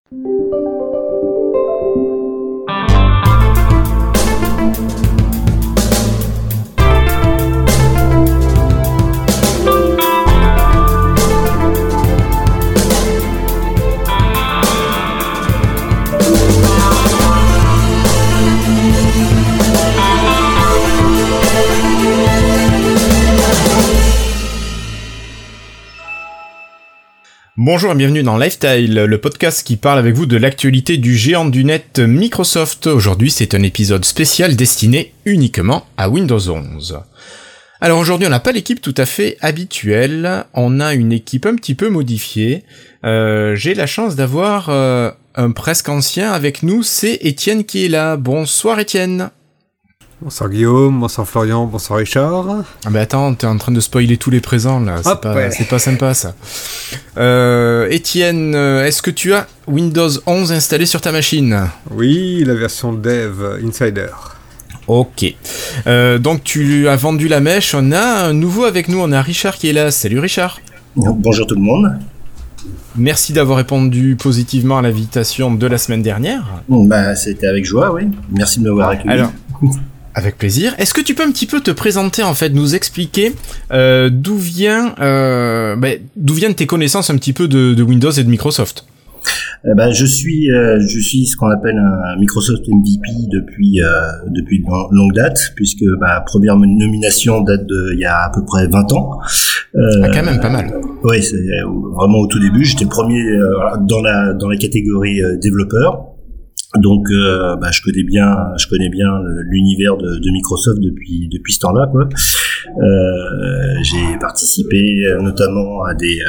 Bonjour et bienvenue dans Lifestyle, le podcast qui parle avec vous de l'actualité du géant du net Microsoft. Aujourd'hui, c'est un épisode spécial destiné uniquement à Windows 11. Alors aujourd'hui, on n'a pas l'équipe tout à fait habituelle, on a une équipe un petit peu modifiée. J'ai la chance d'avoir un presque ancien avec nous, c'est Étienne qui est là. Bonsoir Étienne. Bonsoir Guillaume, bonsoir Florian, bonsoir Richard. Ah mais attends, t'es en train de spoiler tous les présents là, c'est pas sympa ça. Étienne, est-ce que tu as Windows 11 installé sur ta machine ? Oui, la version Dev Insider. Ok, donc tu as vendu la mèche, on a un nouveau avec nous, on a Richard qui est là. Salut Richard. Bonjour tout le monde. Merci d'avoir répondu positivement à l'invitation de la semaine dernière. C'était avec joie, oui. Merci de m'avoir accueilli. Alors, avec plaisir. Est-ce que tu peux un petit peu te présenter, en fait, nous expliquer d'où viennent tes connaissances un petit peu de Windows et de Microsoft ? Je suis ce qu'on appelle un Microsoft MVP depuis longue date, puisque ma première nomination date il y a à peu près 20 ans. Quand même pas mal. Oui, c'est vraiment au tout début. J'étais le premier dans la catégorie développeur. Donc je connais bien l'univers de Microsoft depuis ce temps-là, quoi. J'ai participé notamment à des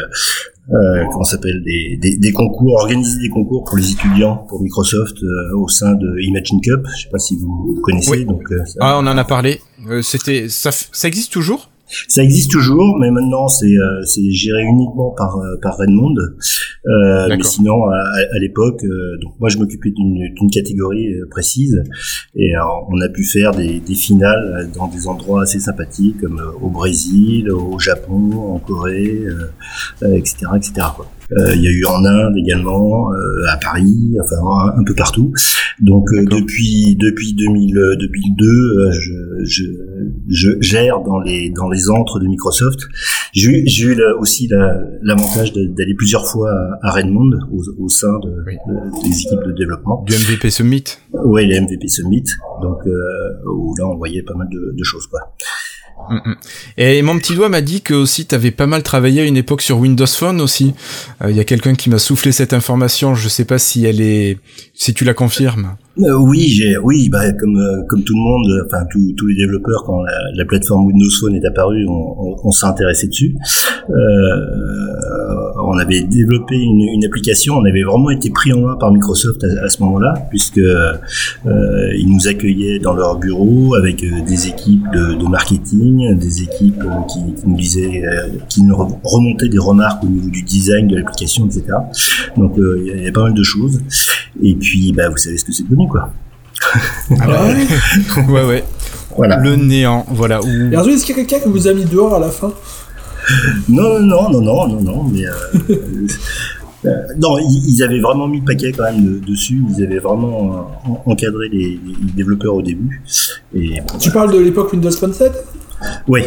concours, organiser des concours pour les étudiants pour Microsoft au sein de Imagine Cup. Je sais pas si vous connaissez. Oui. Donc on en a parlé. Ça existe toujours ? Ça existe toujours, mais maintenant c'est géré uniquement par Redmond. Mais sinon à l'époque, donc moi je m'occupais d'une catégorie précise, et on a pu faire des finales dans des endroits assez sympathiques comme au Brésil, au Japon, en Corée, etc., quoi. Il y a eu en Inde également, à Paris, enfin un peu partout. Donc depuis 2002, je gère dans les antres de Microsoft. J'ai eu aussi l'avantage d'aller plusieurs fois à Redmond au sein des équipes de développement. Du MVP Summit. Oui, les MVP Summit. Donc où là on voyait pas mal de choses, quoi. Et mon petit doigt m'a dit que aussi t'avais pas mal travaillé à une époque sur Windows Phone aussi. Il y a quelqu'un qui m'a soufflé cette information, je sais pas si tu la confirmes. Oui, comme tout le monde, enfin tous les développeurs, quand la plateforme Windows Phone est apparue, on s'est intéressé dessus. On avait développé une application, on avait vraiment été pris en main par Microsoft à ce moment-là, puisque ils nous accueillaient dans leur bureau avec des équipes de marketing, des équipes qui nous disaient, qui nous remontaient des remarques au niveau du design de l'application, etc. Donc il y avait pas mal de choses. Et puis vous savez ce que c'est devenu, quoi. Ouais. Voilà. Le néant, voilà. Et alors, est-ce qu'il y a quelqu'un qui vous a mis dehors à la fin ? Non, mais non, ils avaient vraiment mis le paquet quand même dessus. Ils avaient vraiment encadré les développeurs au début. Et tu parles de l'époque Windows Phone 7 ? Oui.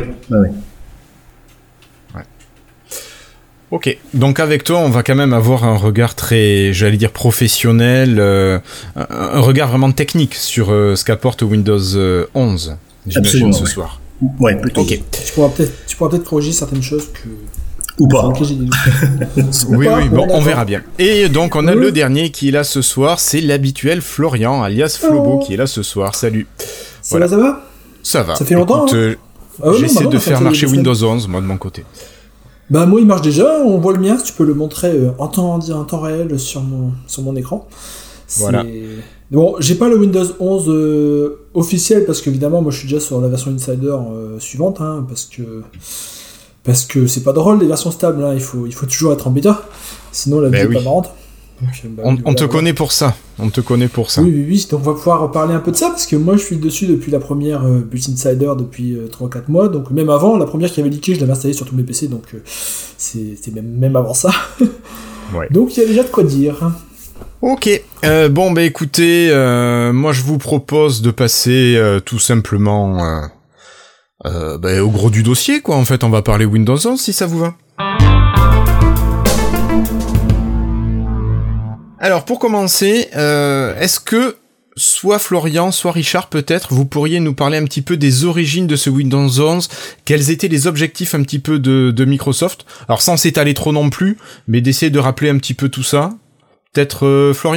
Ok, donc avec toi, on va quand même avoir un regard très, j'allais dire professionnel, un regard vraiment technique sur ce qu'apporte Windows 11, j'imagine, ce soir. Ouais, plutôt. Ok. Tu pourras peut-être corriger certaines choses que... Ou pas. Oui, bon, on verra bien. Et donc, on a le dernier qui est là ce soir, c'est l'habituel Florian, alias Flobo, qui est là ce soir. Salut. Ça va ? Ça va. Ça fait longtemps, écoute, j'essaie de faire marcher Windows 11, moi, de mon côté. Moi il marche déjà, on voit le mien, tu peux le montrer en temps réel sur mon écran. Voilà. Bon, j'ai pas le Windows 11 officiel parce qu'évidemment moi je suis déjà sur la version Insider suivante, hein, parce que c'est pas drôle les versions stables, hein, il faut toujours être en bêta, sinon la vie est pas marrante. Donc, on te connaît pour ça. Oui, donc on va pouvoir parler un peu de ça, parce que moi je suis dessus depuis la première Build Insider depuis 3-4 mois, donc même avant, la première qui avait leaké, je l'avais installée sur tous mes PC, donc c'était même avant ça. Ouais. Donc il y a déjà de quoi dire. Ok, bon bah écoutez, moi je vous propose de passer tout simplement au gros du dossier quoi. En fait, on va parler Windows 11 si ça vous va. Alors pour commencer, est-ce que soit Florian, soit Richard peut-être, vous pourriez nous parler un petit peu des origines de ce Windows 11, quels étaient les objectifs un petit peu de Microsoft, alors sans s'étaler trop non plus, mais d'essayer de rappeler un petit peu tout ça. Peut-être Florian ?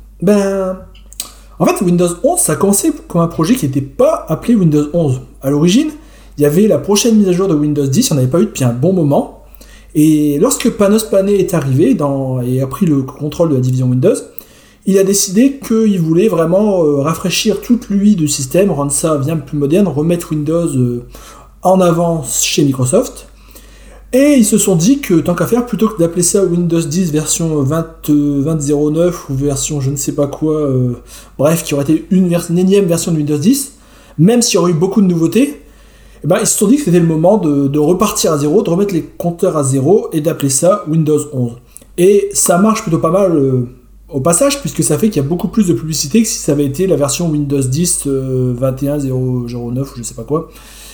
En fait, Windows 11, ça a commencé comme un projet qui n'était pas appelé Windows 11. À l'origine, il y avait la prochaine mise à jour de Windows 10, il n'y en avait pas eu depuis un bon moment. Et lorsque Panos Panay est arrivé et a pris le contrôle de la division Windows, il a décidé qu'il voulait vraiment rafraîchir toute l'UI du système, rendre ça bien plus moderne, remettre Windows en avant chez Microsoft. Et ils se sont dit que tant qu'à faire, plutôt que d'appeler ça Windows 10 version 20.09 ou version je ne sais pas quoi, bref, qui aurait été une énième version de Windows 10, même s'il y aurait eu beaucoup de nouveautés, ils se sont dit que c'était le moment de repartir à zéro, de remettre les compteurs à zéro et d'appeler ça Windows 11. Et ça marche plutôt pas mal au passage, puisque ça fait qu'il y a beaucoup plus de publicité que si ça avait été la version Windows 10 21.009 ou je sais pas quoi.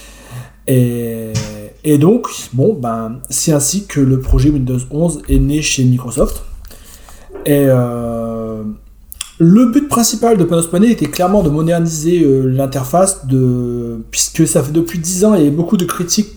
Et donc, c'est ainsi que le projet Windows 11 est né chez Microsoft. Et le but principal de Panos Panay était clairement de moderniser l'interface, puisque ça fait depuis 10 ans, il y a beaucoup de critiques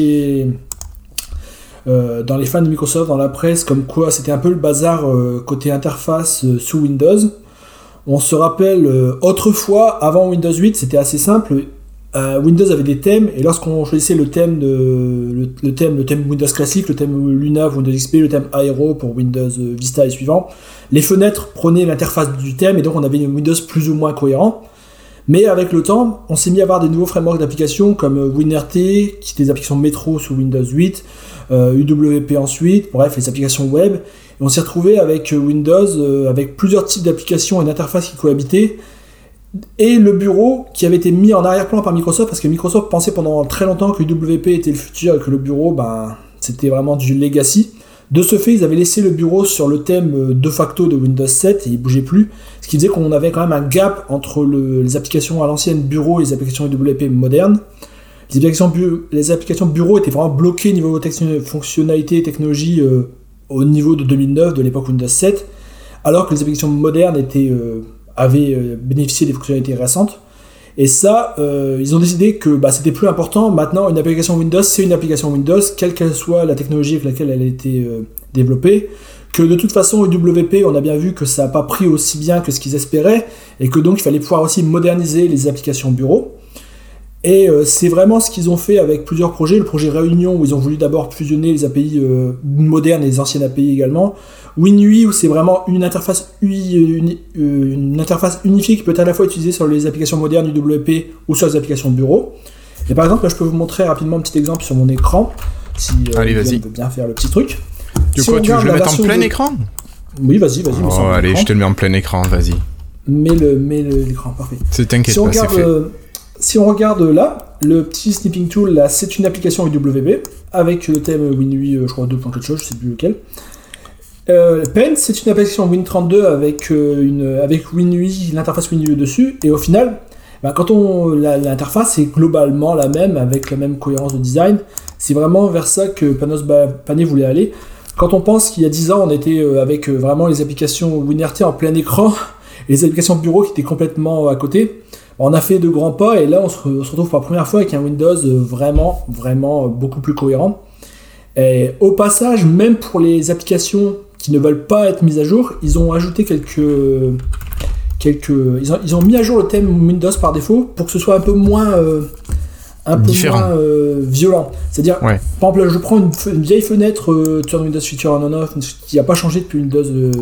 dans les fans de Microsoft, dans la presse, comme quoi c'était un peu le bazar côté interface sous Windows. On se rappelle, autrefois, avant Windows 8, c'était assez simple. Windows avait des thèmes, et lorsqu'on choisissait le thème Windows classique, le thème Luna pour Windows XP, le thème Aero pour Windows Vista et suivant, les fenêtres prenaient l'interface du thème, et donc on avait une Windows plus ou moins cohérent. Mais avec le temps, on s'est mis à avoir des nouveaux frameworks d'applications comme WinRT, qui étaient des applications métro sous Windows 8, UWP ensuite, bref, les applications web. Et on s'est retrouvé avec Windows, avec plusieurs types d'applications et d'interfaces qui cohabitaient, et le bureau qui avait été mis en arrière-plan par Microsoft, parce que Microsoft pensait pendant très longtemps que UWP était le futur et que le bureau, c'était vraiment du legacy. De ce fait, ils avaient laissé le bureau sur le thème de facto de Windows 7 et il bougeait plus, ce qui faisait qu'on avait quand même un gap entre les applications à l'ancienne bureau et les applications UWP modernes. Les applications bureau étaient vraiment bloquées niveau fonctionnalité et technologie au niveau de 2009, de l'époque Windows 7, alors que les applications modernes avaient bénéficié des fonctionnalités récentes. Et ça, ils ont décidé que c'était plus important. Maintenant, une application Windows, c'est une application Windows, quelle qu'elle soit la technologie avec laquelle elle a été développée. Que de toute façon, UWP, on a bien vu que ça n'a pas pris aussi bien que ce qu'ils espéraient, et que donc il fallait pouvoir aussi moderniser les applications bureau. Et c'est vraiment ce qu'ils ont fait avec plusieurs projets. Le projet Réunion, où ils ont voulu d'abord fusionner les API modernes et les anciennes API également. WinUI, où c'est vraiment une interface unifiée qui peut être à la fois utilisée sur les applications modernes UWP ou sur les applications bureau. Et par exemple, là, je peux vous montrer rapidement un petit exemple sur mon écran, si allez, vas-y. veut bien faire le petit truc. Tu veux que je le mette en plein écran ? Oui, vas-y. Oh, allez, je te le mets en plein écran, vas-y. Mets l'écran, parfait. T'inquiète pas, c'est fait. Si on regarde là, le petit snipping tool, là, c'est une application UWP avec le thème WinUI, je crois 2. quelque chose, je sais plus lequel. Pen, c'est une application Win32 avec WinUI, l'interface WinUI dessus, et au final, quand l'interface est globalement la même, avec la même cohérence de design, c'est vraiment vers ça que Panos Panay voulait aller. Quand on pense qu'il y a 10 ans, on était avec vraiment les applications WinRT en plein écran, et les applications bureau qui étaient complètement à côté, on a fait de grands pas, et là on se retrouve pour la première fois avec un Windows vraiment, vraiment beaucoup plus cohérent. Et au passage, même pour les applications qui ne veulent pas être mises à jour, ils ont ajouté ils ont mis à jour le thème Windows par défaut pour que ce soit un peu moins violent. C'est-à-dire, ouais. Par exemple, je prends une vieille fenêtre sur Windows Feature on and off qui n'a pas changé depuis Windows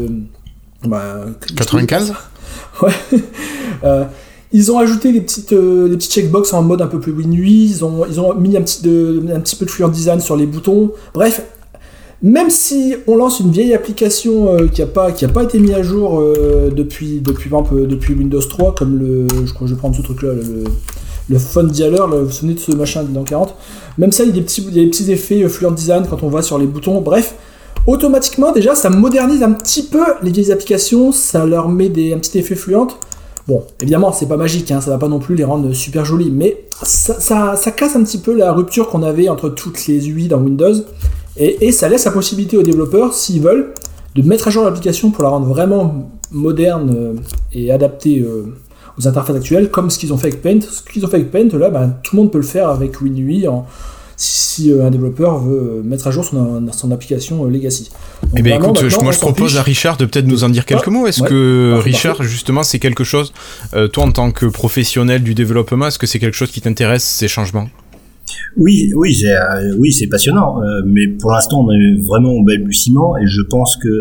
95. Ouais. Ils ont ajouté les petits checkbox en mode un peu plus WinUI, ils ont mis un petit peu de fluent design sur les boutons. Bref, même si on lance une vieille application qui a pas été mise à jour depuis Windows 3, comme je crois que je vais prendre ce truc là, le Fun Dialer, vous vous souvenez de ce machin dans 40, même ça il y a des petits effets fluent design quand on va sur les boutons. Bref, automatiquement, déjà, ça modernise un petit peu les vieilles applications, ça leur met un petit effet fluent. Bon, évidemment, c'est pas magique, hein, ça va pas non plus les rendre super jolies, mais ça casse un petit peu la rupture qu'on avait entre toutes les UI dans Windows, et ça laisse la possibilité aux développeurs, s'ils veulent, de mettre à jour l'application pour la rendre vraiment moderne et adaptée aux interfaces actuelles, comme ce qu'ils ont fait avec Paint. Ce qu'ils ont fait avec Paint, là, tout le monde peut le faire avec WinUI si un développeur veut mettre à jour son application Legacy. Donc, eh bien écoute, moi je propose à Richard de peut-être nous en dire quelques mots. Est-ce que Richard, justement, c'est quelque chose, toi en tant que professionnel du développement, est-ce que c'est quelque chose qui t'intéresse, ces changements ? Oui, c'est passionnant, mais pour l'instant on est vraiment au balbutiement et je pense que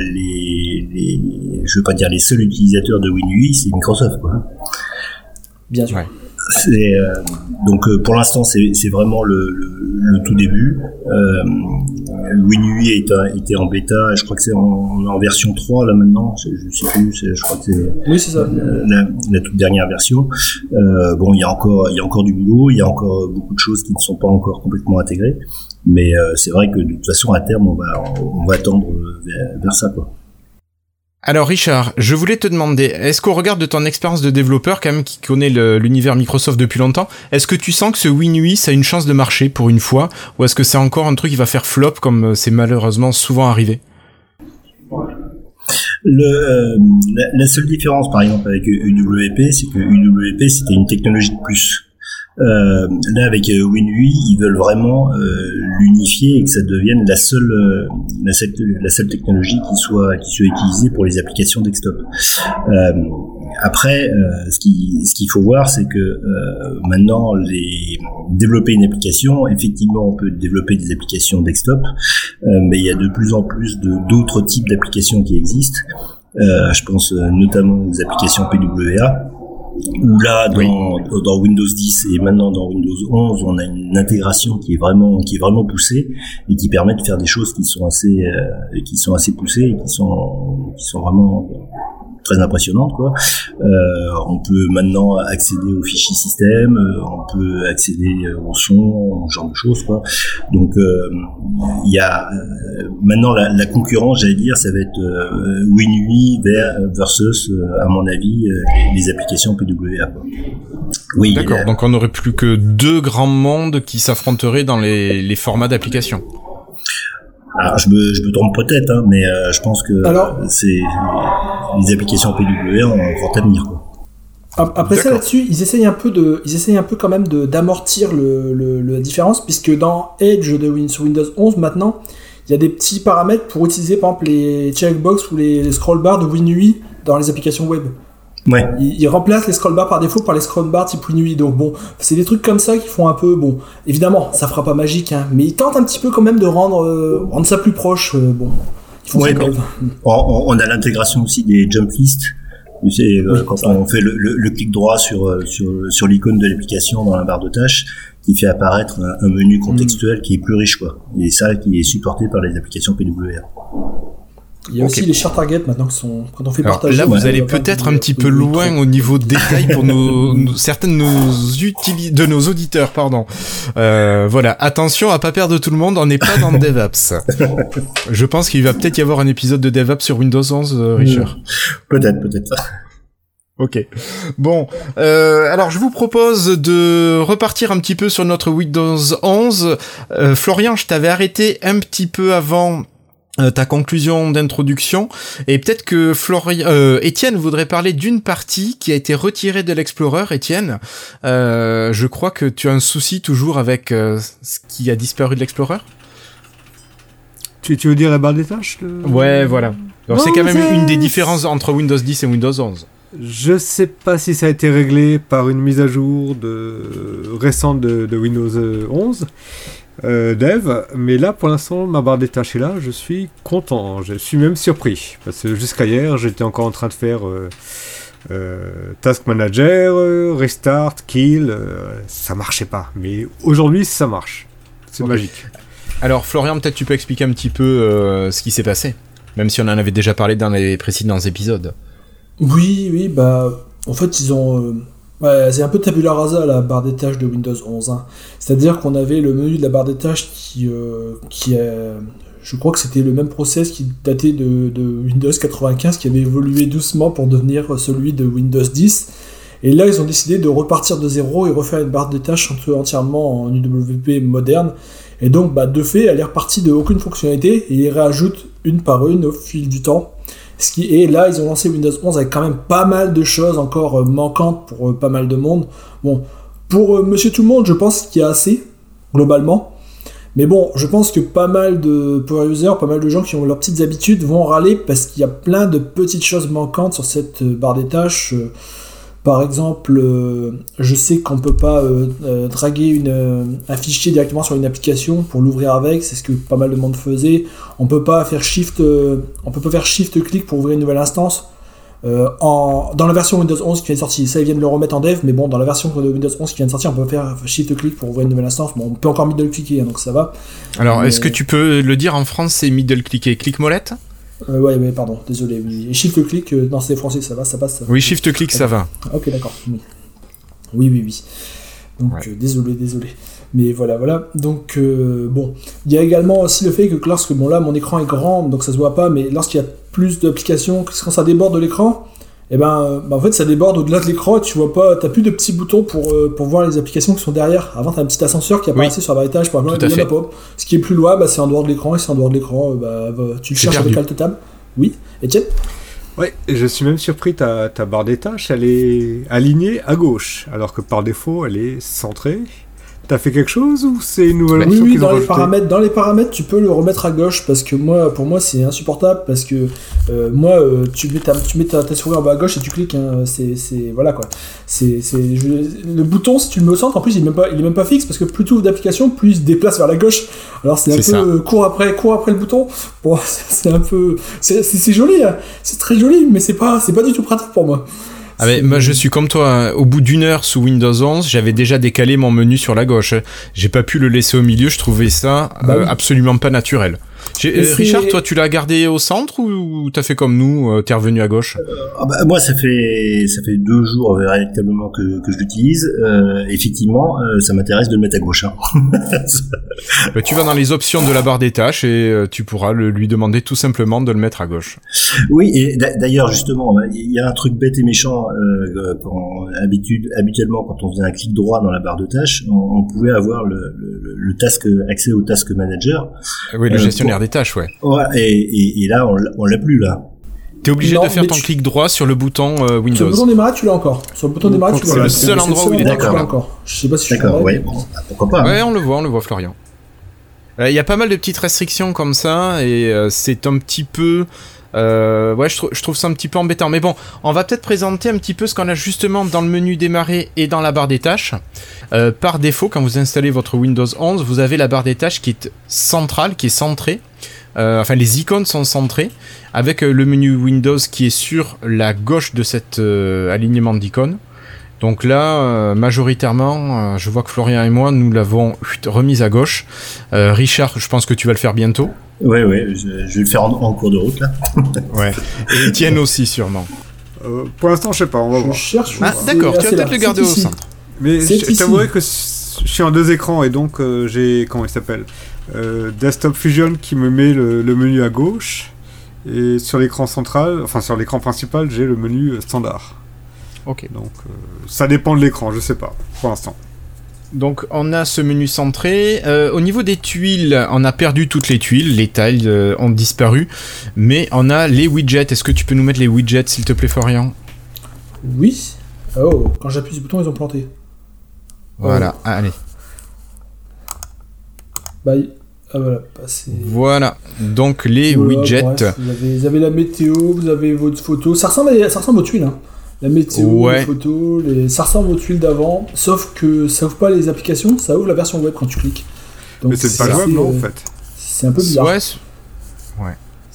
je veux pas dire les seuls utilisateurs de WinUI, c'est Microsoft, quoi. Bien sûr. Ouais. Donc pour l'instant c'est vraiment le tout début. WinUI était en bêta, je crois que c'est en version 3 là maintenant, je sais plus, je crois que c'est la toute dernière version. Bon, il y a encore du boulot, il y a encore beaucoup de choses qui ne sont pas encore complètement intégrées, mais c'est vrai que de toute façon à terme on va tendre vers ça, quoi. Alors Richard, je voulais te demander, est-ce qu'au regard de ton expérience de développeur quand même qui connaît l'univers Microsoft depuis longtemps, est-ce que tu sens que ce WinUI ça a une chance de marcher pour une fois, ou est-ce que c'est encore un truc qui va faire flop comme c'est malheureusement souvent arrivé ? La seule différence par exemple avec UWP, c'est que UWP c'était une technologie de plus. Là avec WinUI ils veulent vraiment l'unifier et que ça devienne la seule technologie qui soit utilisée pour les applications desktop. Après ce qu'il faut voir, c'est que maintenant développer une application, effectivement on peut développer des applications desktop, mais il y a de plus en plus d'autres types d'applications qui existent. Je pense notamment aux applications PWA, où là dans Windows 10 et maintenant dans Windows 11 on a une intégration qui est vraiment poussée et qui permet de faire des choses qui sont assez poussées et qui sont vraiment très impressionnantes, quoi. On peut maintenant accéder aux fichiers système, on peut accéder au son, ce genre de choses, quoi. Donc il y a maintenant la concurrence, j'allais dire, ça va être WinUI versus à mon avis les applications PWA, quoi. Oui. D'accord, donc on n'aurait plus que deux grands mondes qui s'affronteraient dans les formats d'applications. Alors je me trompe peut-être, hein, mais je pense que c'est les applications PWA ont un grand avenir, quoi. Après ça, là-dessus, ils essayent un peu quand même d'amortir la différence, puisque dans Edge sur Windows 11 maintenant, il y a des petits paramètres pour utiliser par exemple les checkbox ou les scroll bars de WinUI dans les applications web. Ouais. Ils remplacent les scroll bars par défaut par les scroll bars type WinUI. Donc bon, c'est des trucs comme ça qui font un peu, bon, évidemment, ça fera pas magique, hein, mais ils tentent un petit peu quand même de rendre ça plus proche. Bon, ils font ça quand même. On a l'intégration aussi des jump lists. Tu sais, quand on fait le clic droit sur l'icône de l'application dans la barre de tâches, qui fait apparaître un menu contextuel qui est plus riche, quoi. Et ça, qui est supporté par les applications PWA. Il y a aussi les share targets maintenant qui sont, quand on fait partager. Là, vous allez peut-être un petit peu loin au niveau de détail pour certains de nos auditeurs, pardon. Voilà. Attention à pas perdre tout le monde, on n'est pas dans DevApps. Je pense qu'il va peut-être y avoir un épisode de DevApps sur Windows 11, Richard. Peut-être. Ok. Bon, alors je vous propose de repartir un petit peu sur notre Windows 11. Florian, je t'avais arrêté un petit peu avant ta conclusion d'introduction, et peut-être que Étienne voudrait parler d'une partie qui a été retirée de l'Explorer. Étienne, je crois que tu as un souci toujours avec ce qui a disparu de l'Explorer. Tu veux dire la barre des tâches Ouais, voilà. Donc c'est quand même une des différences entre Windows 10 et Windows 11. Je sais pas si ça a été réglé par une mise à jour récente de Windows 11 Dev, mais là pour l'instant ma barre des tâches est là, je suis content, je suis même surpris, parce que jusqu'à hier j'étais encore en train de faire Task Manager, Restart, Kill, ça marchait pas, mais aujourd'hui ça marche, c'est magique. Alors Florian, peut-être tu peux expliquer un petit peu ce qui s'est passé, même si on en avait déjà parlé dans les précédents épisodes. Oui, bah en fait ils ont c'est un peu tabula rasa la barre des tâches de Windows 11, hein. C'est-à-dire qu'on avait le menu de la barre des tâches qui je crois que c'était le même process qui datait de Windows 95, qui avait évolué doucement pour devenir celui de Windows 10. Et là, ils ont décidé de repartir de zéro et refaire une barre des tâches entièrement en UWP moderne. Et donc, de fait, elle est repartie de aucune fonctionnalité et ils rajoutent une par une au fil du temps. Et là, ils ont lancé Windows 11 avec quand même pas mal de choses encore manquantes pour pas mal de monde. Bon, pour Monsieur Tout-le-Monde, je pense qu'il y a assez, globalement. Mais bon, je pense que pas mal de power users, pas mal de gens qui ont leurs petites habitudes vont râler parce qu'il y a plein de petites choses manquantes sur cette barre des tâches. Par exemple, je sais qu'on peut pas draguer un fichier directement sur une application pour l'ouvrir avec, c'est ce que pas mal de monde faisait. On peut pas faire shift clic pour ouvrir une nouvelle instance. Dans la version Windows 11 qui vient de sortir, ça ils viennent de le remettre en dev, mais bon, dans la version de Windows 11 qui vient de sortir, on peut faire shift clic pour ouvrir une nouvelle instance. Bon, on peut encore middle cliquer, donc ça va. Alors, est-ce que tu peux le dire en France, c'est middle cliquer, clic molette? Ouais, pardon, désolé. Oui. Et shift click, non, c'est français, ça va, ça passe. Oui, shift click, ça va. Ok, d'accord. Oui. Donc, ouais. Désolé. Mais voilà. Donc, bon. Il y a également aussi le fait que lorsque, là, mon écran est grand, donc ça se voit pas, mais lorsqu'il y a plus d'applications, quand ça déborde de l'écran, en fait, ça déborde au-delà de l'écran et tu vois pas, t'as plus de petits boutons pour voir les applications qui sont derrière. Avant, t'as un petit ascenseur qui apparaissait sur la barre des tâches, par exemple, il y en a pas. Ce qui est plus loin, c'est en dehors de l'écran, et c'est en dehors de l'écran, tu le cherches avec Alt Tab. Oui, Etienne ? Ouais, je suis même surpris, ta barre des tâches, elle est alignée à gauche, alors que par défaut, elle est centrée. T'as fait quelque chose ou c'est une nouvelle option Oui, dans les paramètres, tu peux le remettre à gauche parce que pour moi, c'est insupportable parce que tu mets ta souris en bas à gauche et tu cliques. Hein, voilà quoi. Le bouton, si tu le mets au centre, en plus, il est même pas fixe parce que plus tu ouvres d'applications, plus il se déplace vers la gauche. Alors c'est un peu cours après le bouton. Bon, c'est un peu, c'est joli, hein. C'est très joli, mais c'est pas du tout pratique pour moi. Ah mais moi je suis comme toi, au bout d'une heure sous Windows 11, j'avais déjà décalé mon menu sur la gauche. J'ai pas pu le laisser au milieu, je trouvais ça absolument pas naturel. Richard, toi tu l'as gardé au centre ou t'as fait comme nous, t'es revenu à gauche? Moi ça fait 2 jours véritablement que je l'utilise. Effectivement, ça m'intéresse de le mettre à gauche. Hein. Tu vas dans les options de la barre des tâches et tu pourras lui demander tout simplement de le mettre à gauche. Oui, et d'ailleurs justement, il y a un truc bête et méchant. Habituellement, quand on faisait un clic droit dans la barre de tâches, on pouvait avoir le task, accès au task manager. Oui, le gestionnaire des tâches, ouais. Ouais, et là, on l'a plus, là. T'es obligé de faire ton clic droit sur le bouton Windows. Sur le bouton démarrer, tu l'as encore. Sur le bouton démarrer, tu l'as. C'est le seul endroit où il est encore. Je sais pas si je suis d'accord, ouais, bon, pourquoi pas. Ouais, on le voit, Florian. Il y a pas mal de petites restrictions comme ça, et c'est un petit peu... je trouve ça un petit peu embêtant. Mais bon, on va peut-être présenter un petit peu ce qu'on a justement dans le menu démarrer et dans la barre des tâches. Par défaut, quand vous installez votre Windows 11, vous avez la barre des tâches qui est centrale, qui est centrée. Les icônes sont centrées, avec le menu Windows qui est sur la gauche de cet alignement d'icônes. Donc là, majoritairement, je vois que Florian et moi, nous l'avons remise à gauche. Richard, je pense que tu vas le faire bientôt. Oui, je vais le faire en cours de route, là. Ouais. Et Etienne aussi, sûrement. Pour l'instant, je sais pas, on va voir. D'accord, tu vas peut-être le garder au centre. Mais je t'avouerai que je suis en 2 écrans et donc j'ai, comment il s'appelle, Desktop Fusion qui me met le menu à gauche, et sur l'écran central, sur l'écran principal, j'ai le menu standard. Ok. Donc ça dépend de l'écran, je sais pas, pour l'instant. Donc on a ce menu centré. Au niveau des tuiles, on a perdu toutes les tuiles, les tiles ont disparu, mais on a les widgets. Est-ce que tu peux nous mettre les widgets, s'il te plaît, Florian? Oui. Oh, quand j'appuie ce bouton, ils ont planté. Voilà, allez. Voilà, donc les widgets. Bref, vous avez la météo, vous avez votre photo. Ça ressemble aux tuiles, hein. La météo, les photos, ça ressemble aux tuiles d'avant, sauf que ça ouvre pas les applications, ça ouvre la version web quand tu cliques. Donc, mais c'est pas jouable, non, en fait. C'est un peu bizarre. Ouais.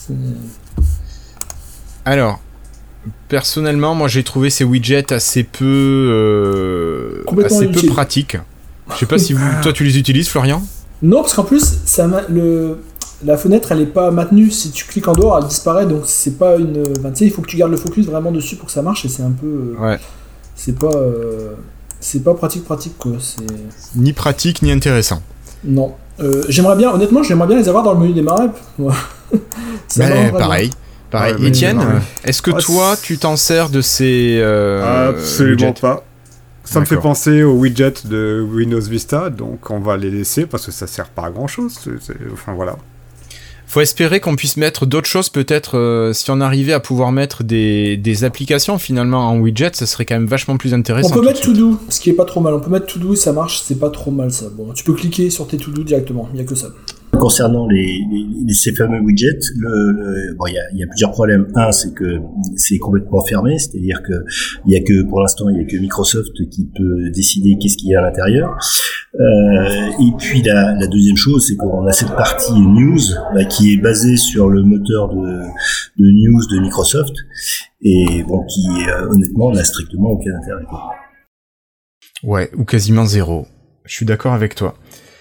Alors, personnellement, moi j'ai trouvé ces widgets assez peu pratiques. Je sais pas si toi tu les utilises, Florian? Non, parce qu'en plus, la fenêtre elle est pas maintenue, si tu cliques en dehors elle disparaît, donc c'est pas une... il faut que tu gardes le focus vraiment dessus pour que ça marche, et c'est un peu... c'est pas pratique quoi, c'est... Ni pratique ni intéressant. Non. Honnêtement, j'aimerais bien les avoir dans le menu démarrer. Pareil. Ouais, Étienne, est-ce que toi, tu t'en sers de ces Absolument widgets pas. Ça me fait penser aux widgets de Windows Vista, donc on va les laisser parce que ça sert pas à grand chose. Enfin voilà. Faut espérer qu'on puisse mettre d'autres choses, peut-être si on arrivait à pouvoir mettre des applications finalement en widget, ça serait quand même vachement plus intéressant. On peut mettre To Do, ce qui est pas trop mal. On peut mettre To Do et ça marche, c'est pas trop mal ça. Bon, tu peux cliquer sur tes To Do directement, il y a que ça. Concernant ces fameux widgets, il y a plusieurs problèmes. Un, c'est que c'est complètement fermé, c'est-à-dire que pour l'instant, il y a que Microsoft qui peut décider qu'est-ce qu'il y a à l'intérieur. Et puis la deuxième chose, c'est qu'on a cette partie news qui est basée sur le moteur de news de Microsoft et bon, qui honnêtement n'a strictement aucun intérêt. Ouais, ou quasiment zéro. Je suis d'accord avec toi.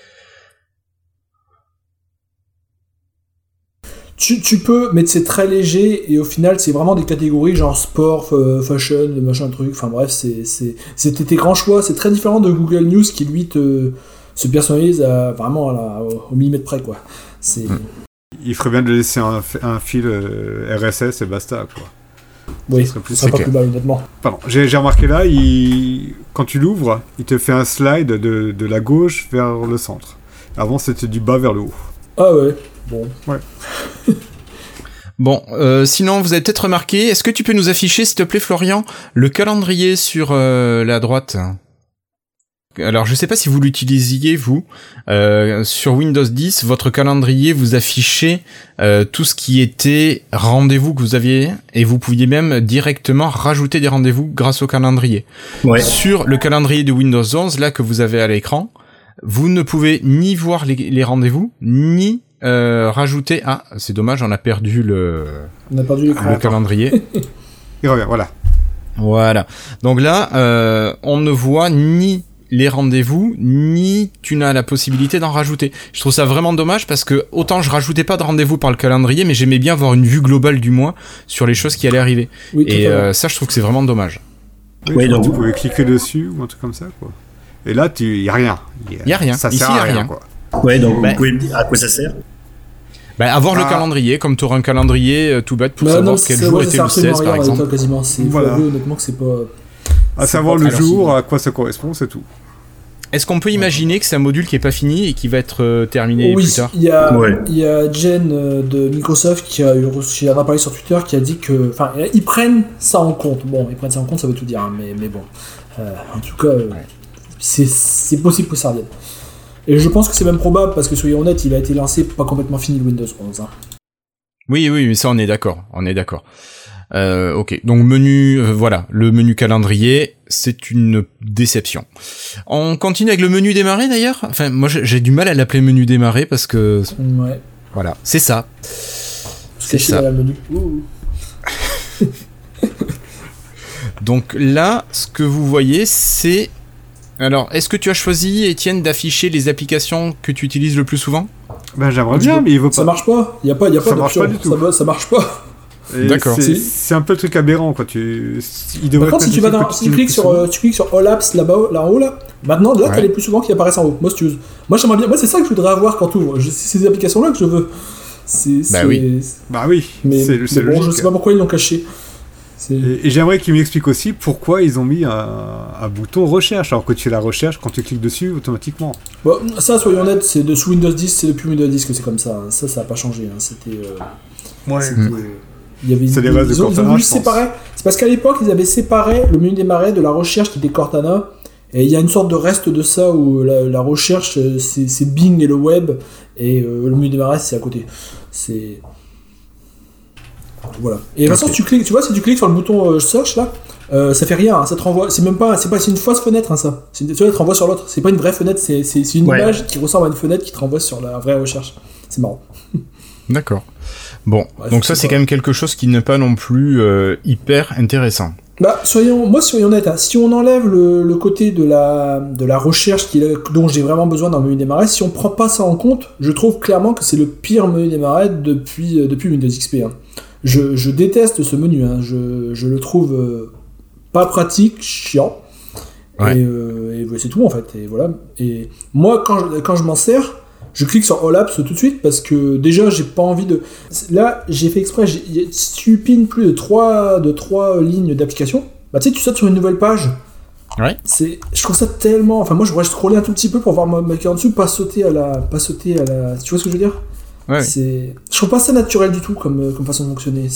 Tu peux, mais c'est très léger et au final c'est vraiment des catégories genre sport, fashion, machin truc, enfin bref, c'était tes grands choix, c'est très différent de Google News qui lui se personnalise vraiment au millimètre près quoi. Il ferait bien de laisser un fil RSS et basta quoi. Oui, ça serait pas plus mal honnêtement. Pardon, j'ai remarqué là, quand tu l'ouvres, il te fait un slide de la gauche vers le centre. Avant c'était du bas vers le haut. Ah ouais. Bon. Ouais. Bon, sinon, vous avez peut-être remarqué, est-ce que tu peux nous afficher, s'il te plaît, Florian, le calendrier sur la droite ? Alors, je sais pas si vous l'utilisiez, vous. Sur Windows 10, votre calendrier vous affichait tout ce qui était rendez-vous que vous aviez, et vous pouviez même directement rajouter des rendez-vous grâce au calendrier. Ouais. Sur le calendrier de Windows 11, là, que vous avez à l'écran, vous ne pouvez ni voir les rendez-vous, ni rajouter... Ah, c'est dommage, on a perdu le calendrier. Il revient, voilà. Voilà. Donc là, on ne voit ni les rendez-vous, ni tu n'as la possibilité d'en rajouter. Je trouve ça vraiment dommage parce que autant je rajoutais pas de rendez-vous par le calendrier, mais j'aimais bien avoir une vue globale du mois sur les choses qui allaient arriver. Oui, et ça, je trouve que c'est vraiment dommage. Oui, donc tu pouvais cliquer dessus ou un truc comme ça, quoi. Et là, y a rien. Y a rien. Ça ici, sert y a à rien. Quoi. Ouais, donc vous pouvez me dire à quoi ça sert ? Avoir le calendrier, comme tu auras un calendrier tout bête pour savoir quel jour était le 16 par exemple. Quasiment. Voilà. Honnêtement que c'est pas... À savoir le jour, à quoi ça correspond, c'est tout. Est-ce qu'on peut imaginer que c'est un module qui est pas fini et qui va être terminé plus tard ? Il y a Jen de Microsoft qui en a parlé sur Twitter, qui a dit que... Enfin, ils prennent ça en compte. Bon, ils prennent ça en compte, ça veut tout dire, hein, mais bon. En tout cas, c'est possible que ça revienne. Et je pense que c'est même probable, parce que soyons honnêtes, il a été lancé pas complètement fini le Windows 11. Hein. Oui, mais ça on est d'accord. Ok, donc menu, voilà, le menu calendrier, c'est une déception. On continue avec le menu démarrer d'ailleurs. Enfin, moi j'ai du mal à l'appeler menu démarrer parce que... Ouais. Voilà, c'est ça. C'est ça. Le menu. Donc là, ce que vous voyez, c'est... Alors, est-ce que tu as choisi, Étienne, d'afficher les applications que tu utilises le plus souvent ? Ben j'aimerais bien, mais il veut pas. Ça marche pas. Il y a pas ça marche pas du tout. Ça marche pas. Et d'accord. C'est un peu le truc aberrant, quoi. Il devrait. Par contre, si tu cliques sur All Apps là-bas, là en haut là, maintenant là t'as les plus souvent qui apparaissent en haut. Moi j'aimerais bien. Moi c'est ça que je voudrais avoir quand tu ouvres. C'est ces applications-là que je veux. Bah oui. Mais c'est bon, je sais pas pourquoi ils l'ont caché. Et j'aimerais qu'ils m'expliquent aussi pourquoi ils ont mis un bouton recherche, alors que tu fais la recherche quand tu cliques dessus automatiquement. Bon, ça, soyons honnêtes, c'est sous Windows 10, c'est depuis Windows 10 que c'est comme ça. Ça a pas changé. Hein. C'était. Il y avait des bases de Cortana. Ils ont voulu séparer. C'est parce qu'à l'époque, ils avaient séparé le menu démarrer de la recherche qui était Cortana. Et il y a une sorte de reste de ça où la recherche, c'est Bing et le web, et le menu démarrer, c'est à côté. C'est. Voilà. Et de toute façon, si tu cliques sur le bouton search là, ça fait rien, hein, ça te renvoie. C'est une fausse fenêtre, hein, ça. Tu vois, elle te renvoie sur l'autre. C'est pas une vraie fenêtre, c'est une image qui ressemble à une fenêtre qui te renvoie sur la vraie recherche. C'est marrant. D'accord. Bon, donc ça c'est quand même quelque chose qui n'est pas non plus hyper intéressant. Bah, soyons honnêtes, hein. Si on enlève le côté de la recherche dont j'ai vraiment besoin dans le menu démarrer, si on prend pas ça en compte, je trouve clairement que c'est le pire menu démarrer depuis Windows XP. Hein. Je déteste ce menu, hein. Je le trouve pas pratique, chiant. Ouais. Et c'est tout en fait. Et voilà. Et moi, quand je m'en sers, je clique sur All Apps tout de suite parce que déjà, j'ai pas envie de. Là, j'ai fait exprès. Si tu pines plus de 3 lignes d'application, bah tu sais, tu sautes sur une nouvelle page. Ouais. Je trouve ça tellement. Enfin, moi, je pourrais scroller un tout petit peu pour voir ma carte en dessous, pas sauter à la. Tu vois ce que je veux dire? Ouais. Je trouve pas ça naturel du tout comme façon de fonctionner.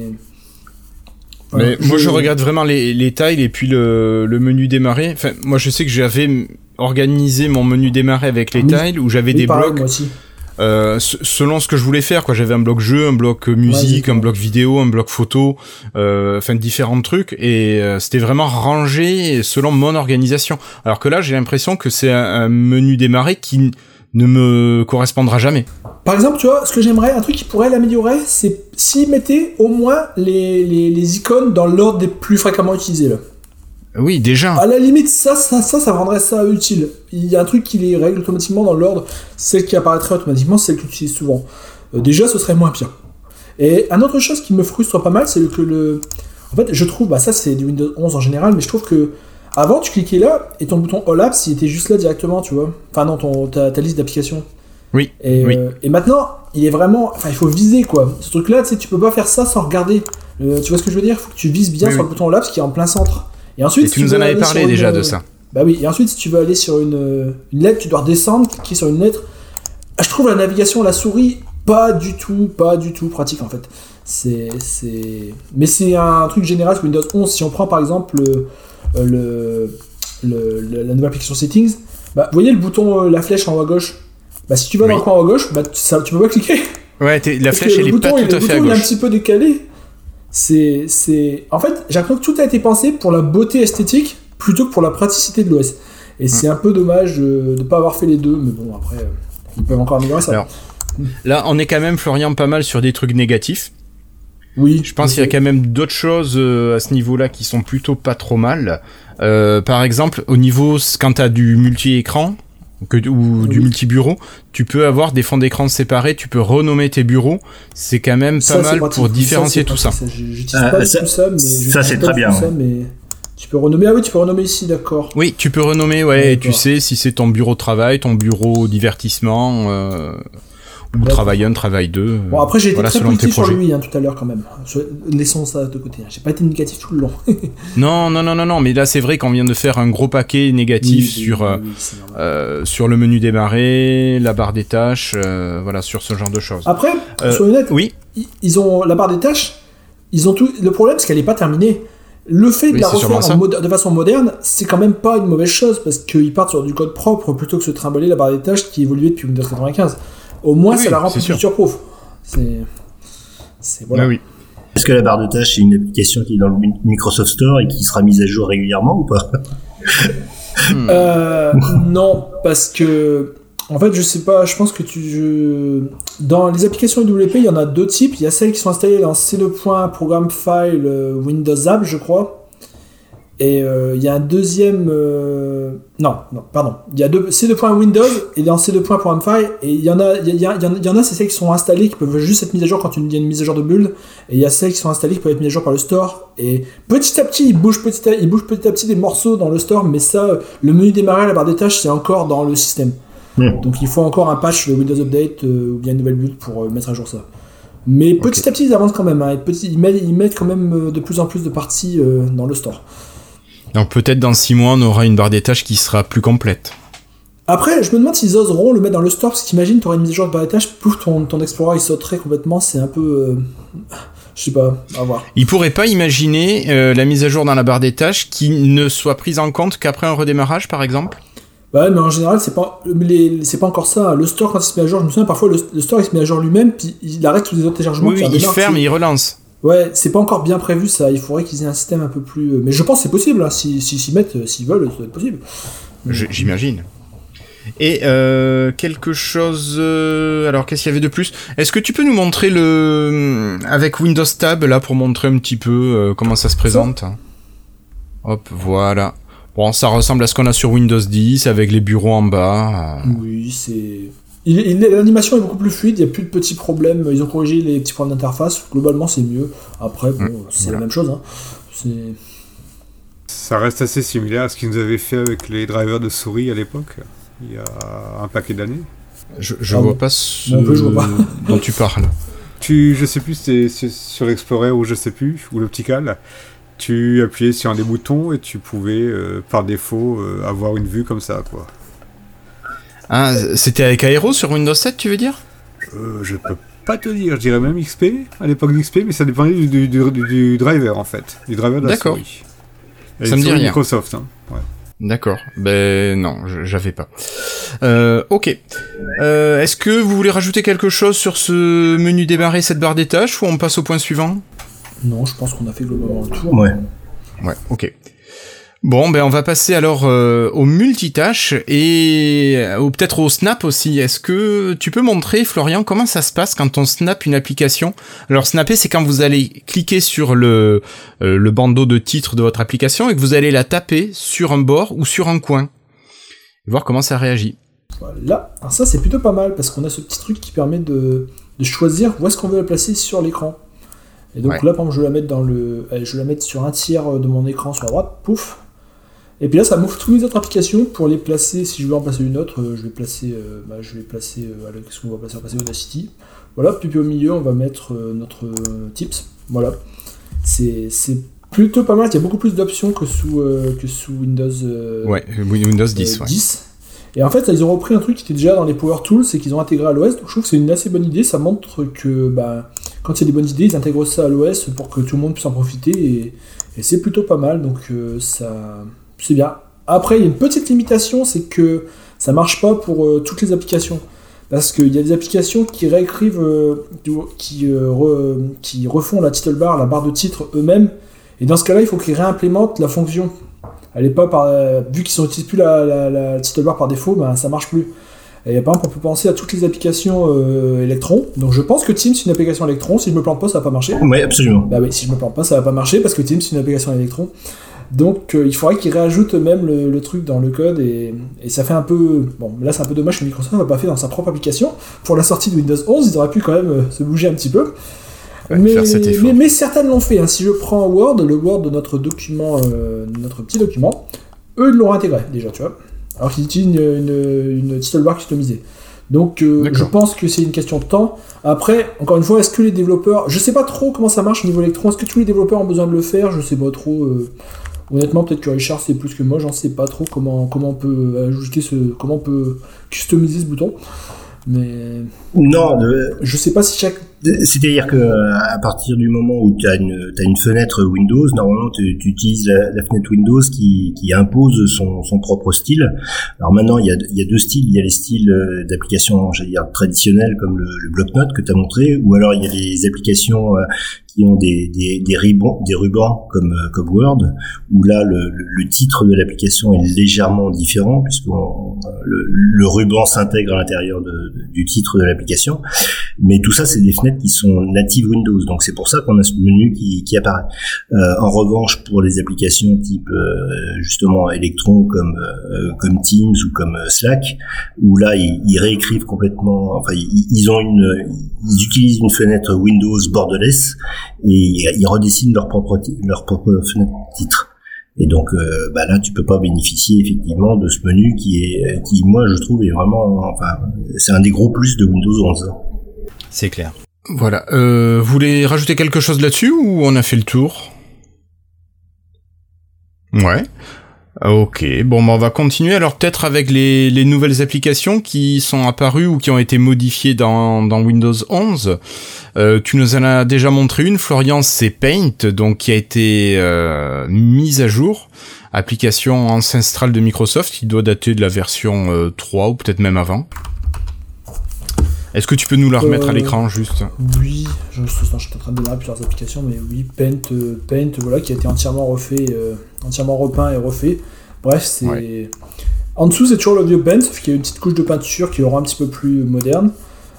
Mais moi je regarde vraiment les tiles et puis le menu démarrer. Enfin, moi je sais que j'avais organisé mon menu démarrer avec les tiles où j'avais des pareil, blocs moi aussi. selon ce que je voulais faire, quoi. J'avais un bloc jeu, un bloc musique, un bloc vidéo, un bloc photo, enfin différents trucs, et c'était vraiment rangé selon mon organisation. Alors que là j'ai l'impression que c'est un menu démarrer qui ne me correspondra jamais. Par exemple, tu vois, ce que j'aimerais, un truc qui pourrait l'améliorer, c'est s'ils mettaient au moins les icônes dans l'ordre des plus fréquemment utilisés, là. Oui, déjà. À la limite, ça rendrait ça utile. Il y a un truc qui les règle automatiquement dans l'ordre. Celle qui apparaîtrait automatiquement, c'est celle que tu utilises souvent. Déjà, ce serait moins pire. Et une autre chose qui me frustre pas mal, c'est que en fait, je trouve, ça c'est du Windows 11 en général, mais je trouve que avant, tu cliquais là, et ton bouton All Apps, il était juste là directement, tu vois. Enfin non, ta liste d'applications. Oui. Et maintenant, il est vraiment... Enfin, il faut viser, quoi. Ce truc-là, tu sais, tu peux pas faire ça sans regarder. Tu vois ce que je veux dire? Il faut que tu vises bien sur le bouton All Apps qui est en plein centre. Et ensuite, tu nous en avais parlé déjà de ça. Bah oui, et ensuite, si tu veux aller sur une lettre, tu dois redescendre, cliquer sur une lettre. Je trouve la navigation, la souris, pas du tout pratique, en fait. Mais c'est un truc général sur Windows 11. Si on prend, par exemple, la nouvelle application Settings, vous voyez le bouton, la flèche en haut à gauche, si tu vas dans le coin en haut à gauche, tu peux pas cliquer. Ouais, la flèche elle est pas tout à fait à gauche. Il est un petit peu décalé. En fait, j'ai l'impression que tout a été pensé pour la beauté esthétique plutôt que pour la praticité de l'OS. Et c'est un peu dommage de ne pas avoir fait les deux, mais bon, après, ils peuvent encore améliorer ça. Alors, là, on est quand même, Florian, pas mal sur des trucs négatifs. Oui. Je pense qu'il y a quand même d'autres choses à ce niveau-là qui sont plutôt pas trop mal. Par exemple, au niveau, quand t'as du multi-écran ou du multi-bureau, tu peux avoir des fonds d'écran séparés, tu peux renommer tes bureaux. C'est quand même pas mal pour différencier tout ça. J'utilise pas tout ça, mais ça c'est très bien. Mais tu peux renommer. Ah oui, tu peux renommer ici, d'accord. Oui, tu peux renommer, ouais, et tu sais si c'est ton bureau de travail, ton bureau divertissement. Ou travail 1, travail 2. Bon, après, j'ai été très positif sur lui tout à l'heure quand même. Laissons ça de côté. J'ai pas été négatif tout le long. non, mais là, c'est vrai qu'on vient de faire un gros paquet négatif sur le menu démarrer, la barre des tâches, sur ce genre de choses. Après, soyons honnêtes, oui. Ils ont la barre des tâches, ils ont tout. Le problème, c'est qu'elle n'est pas terminée. Le fait de la refaire de façon moderne, c'est quand même pas une mauvaise chose parce qu'ils partent sur du code propre plutôt que se trimballer la barre des tâches qui évoluait depuis Windows 95. Au moins, ça la rend plus future-proof. Voilà. Oui. Est-ce que la barre de tâches, c'est une application qui est dans le Microsoft Store et qui sera mise à jour régulièrement ou pas? Non, parce que... En fait, je sais pas, je pense que dans les applications IWP, il y en a deux types. Il y a celles qui sont installées dans C2. Program File Windows App, je crois. Et il y a un deuxième... Non, pardon. Il y a C2. Windows et dans C2. Program File. Et il y en a, c'est celles qui sont installées, qui peuvent juste être mises à jour quand il y a une mise à jour de build. Et il y a celles qui sont installées, qui peuvent être mises à jour par le store. Et petit à petit, il bouge petit à petit des morceaux dans le store. Mais ça, le menu démarrer, la barre des tâches, c'est encore dans le système. Donc il faut encore un patch de Windows Update ou bien une nouvelle build pour mettre à jour ça. Mais petit à petit, ils avancent quand même. Ils mettent quand même de plus en plus de parties dans le store. Donc peut-être dans 6 mois, on aura une barre des tâches qui sera plus complète. Après, je me demande s'ils oseront le mettre dans le store, parce qu'imagine, tu aurais une mise à jour de barre des tâches, pouf, ton Explorer il sauterait complètement, c'est un peu... je sais pas, à voir. Ils pourraient pas imaginer la mise à jour dans la barre des tâches qui ne soit prise en compte qu'après un redémarrage, par exemple? Ouais, mais en général, c'est pas encore ça. Le store, quand il se met à jour, je me souviens, parfois, le store, il se met à jour lui-même, puis il arrête tous les autres téléchargements. Oui, il ferme et il relance. Ouais, c'est pas encore bien prévu, ça. Il faudrait qu'ils aient un système un peu plus... Mais je pense que c'est possible, hein. S'ils s'y mettent, s'ils veulent, ça doit être possible. J'imagine. Et quelque chose... alors, qu'est-ce qu'il y avait de plus? Est-ce que tu peux nous montrer avec Windows Tab, là, pour montrer un petit peu comment ça se présente? Hop, voilà. Bon, ça ressemble à ce qu'on a sur Windows 10, avec les bureaux en bas. Oui, c'est... L'animation est beaucoup plus fluide, il n'y a plus de petits problèmes, ils ont corrigé les petits problèmes d'interface, globalement c'est mieux. Après, bon, c'est la même chose. Hein. Ça reste assez similaire à ce qu'ils nous avaient fait avec les drivers de souris à l'époque, il y a un paquet d'années. Je vois pas ce je vois pas. dont tu parles. Je sais plus, c'était sur l'Explorer ou je sais plus, ou l'Optical. Tu appuyais sur un des boutons et tu pouvais, par défaut, avoir une vue comme ça, quoi. Ah, c'était avec Aero sur Windows 7, tu veux dire ? Je peux pas te dire, je dirais même XP, à l'époque d'XP, mais ça dépendait du driver, en fait. Du driver de la souris. Ça me dit rien. Microsoft, hein. Ouais. D'accord. Ben non, j'avais pas. Ok. Est-ce que vous voulez rajouter quelque chose sur ce menu démarrer cette barre des tâches ou on passe au point suivant ? Non, je pense qu'on a fait globalement le tour. Ouais. Ouais, ok. Bon, ben on va passer alors au multitâche et peut-être au snap aussi. Est-ce que tu peux montrer, Florian, comment ça se passe quand on snap une application ? Alors snapper, c'est quand vous allez cliquer sur le bandeau de titre de votre application et que vous allez la taper sur un bord ou sur un coin. Et voir comment ça réagit. Voilà. Alors ça, c'est plutôt pas mal parce qu'on a ce petit truc qui permet de choisir où est-ce qu'on veut la placer sur l'écran. Et donc là, par exemple, je vais la mettre sur un tiers de mon écran sur la droite, pouf. Et puis là, ça m'ouvre toutes les autres applications pour les placer. Si je veux en placer une autre, je vais placer, qu'est-ce qu'on va placer ? On va placer Audacity. Voilà, puis au milieu, on va mettre notre Tips. Voilà. C'est plutôt pas mal. Il y a beaucoup plus d'options que sous Windows. Windows 10. 10. Et en fait, ils ont repris un truc qui était déjà dans les Power Tools, c'est qu'ils ont intégré à l'OS. Donc je trouve que c'est une assez bonne idée. Ça montre que quand il y a des bonnes idées, ils intègrent ça à l'OS pour que tout le monde puisse en profiter. Et c'est plutôt pas mal. Donc ça... C'est bien. Après, il y a une petite limitation, c'est que ça marche pas pour toutes les applications. Parce qu'il y a des applications qui réécrivent, qui refont la title bar, la barre de titre eux-mêmes. Et dans ce cas-là, il faut qu'ils réimplémentent la fonction. Elle est pas vu qu'ils n'utilisent plus la title bar par défaut, ça marche plus. Et par exemple, on peut penser à toutes les applications Electron. Donc je pense que Teams c'est une application Electron. Si je me plante pas, ça va pas marcher. Oui, absolument. Bah oui, si je me plante pas, ça va pas marcher parce que Teams c'est une application Electron. Donc il faudrait qu'ils réajoutent même le truc dans le code et ça fait un peu... Bon, là c'est un peu dommage que Microsoft n'a pas fait dans sa propre application. Pour la sortie de Windows 11, ils auraient pu quand même se bouger un petit peu. Ouais, mais certaines l'ont fait. Hein. Si je prends Word, le Word de notre document, notre petit document, eux ils l'ont intégré déjà, tu vois. Alors qu'ils utilisent une title bar customisée. Donc je pense que c'est une question de temps. Après, encore une fois, est-ce que les développeurs... Je sais pas trop comment ça marche au niveau Electron. Est-ce que tous les développeurs ont besoin de le faire ? Je sais pas trop... Honnêtement, peut-être que Richard sait plus que moi, j'en sais pas trop comment on peut ajouter comment on peut customiser ce bouton. Mais non, je sais pas si chaque... C'est-à-dire que à partir du moment où tu as une fenêtre Windows, normalement tu utilises la fenêtre Windows qui impose son propre style. Alors maintenant il y a deux styles, il y a les styles d'applications, j'allais dire traditionnelles comme le bloc-notes que tu as montré, ou alors il y a les applications qui ont des rubans comme Word, où là le titre de l'application est légèrement différent puisque le ruban s'intègre à l'intérieur du titre de l'application. Mais tout ça, c'est des fenêtres qui sont natives Windows, donc c'est pour ça qu'on a ce menu qui apparaît. En revanche, pour les applications type justement Electron comme Teams ou comme Slack, où là ils réécrivent complètement. Enfin, ils utilisent une fenêtre Windows borderless et ils redessinent leur propre fenêtre titre. Et donc là tu peux pas bénéficier effectivement de ce menu qui moi je trouve est vraiment, c'est un des gros plus de Windows 11. C'est clair. Voilà. Vous voulez rajouter quelque chose là-dessus ou on a fait le tour ? Ouais. Ok. Bon, on va continuer alors peut-être avec les nouvelles applications qui sont apparues ou qui ont été modifiées dans Windows 11. Tu nous en as déjà montré une, Florian, c'est Paint, donc qui a été mise à jour. Application ancestrale de Microsoft qui doit dater de la version 3 ou peut-être même avant. Est-ce que tu peux nous la remettre à l'écran juste ? Oui, je suis en train de démarrer plusieurs applications, mais oui, Paint, voilà, qui a été entièrement refait, entièrement repeint et refait. Bref, c'est... Ouais. En dessous, c'est toujours le vieux Paint, sauf qu'il y a une petite couche de peinture qui aura un petit peu plus moderne.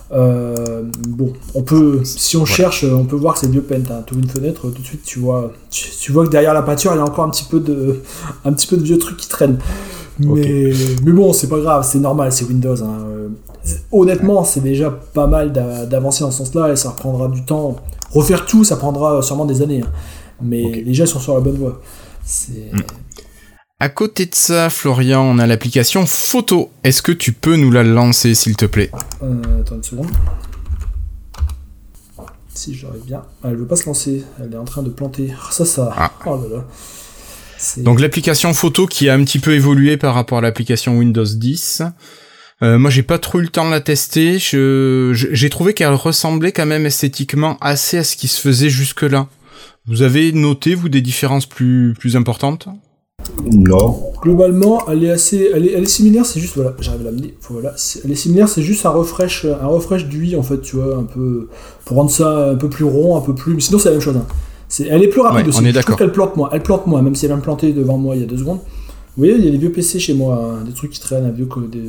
On peut, si on cherche, on peut voir que c'est le vieux Paint. Hein. Tu ouvres une fenêtre, tout de suite, tu vois que derrière la peinture, il y a encore un petit peu de vieux trucs qui traînent. Mais bon, c'est pas grave, c'est normal, c'est Windows. Hein. Honnêtement, c'est déjà pas mal d'avancer dans ce sens-là et ça prendra du temps. Refaire tout, ça prendra sûrement des années. Hein. Mais déjà, ils sont sur la bonne voie. À côté de ça, Florian, on a l'application photo. Est-ce que tu peux nous la lancer, s'il te plaît ? Attends une seconde. Si j'arrive bien. Elle veut pas se lancer. Elle est en train de planter. Oh là là. Donc l'application photo qui a un petit peu évolué par rapport à l'application Windows 10. Moi, j'ai pas trop eu le temps de la tester. J'ai trouvé qu'elle ressemblait quand même esthétiquement assez à ce qui se faisait jusque-là. Vous avez noté, vous, des différences plus importantes ? Non. Globalement, elle est similaire, c'est juste, voilà, j'arrive à l'amener, voilà, elle est similaire, c'est juste un refresh d'UI, en fait, tu vois, un peu, pour rendre ça un peu plus rond, un peu plus, mais sinon c'est la même chose, hein. Elle est plus rapide aussi, on est je d'accord. trouve qu'elle plante moins, même si elle vient me planter devant moi il y a 2 secondes. Vous voyez, il y a des vieux PC chez moi, hein, des trucs qui traînent, un vieux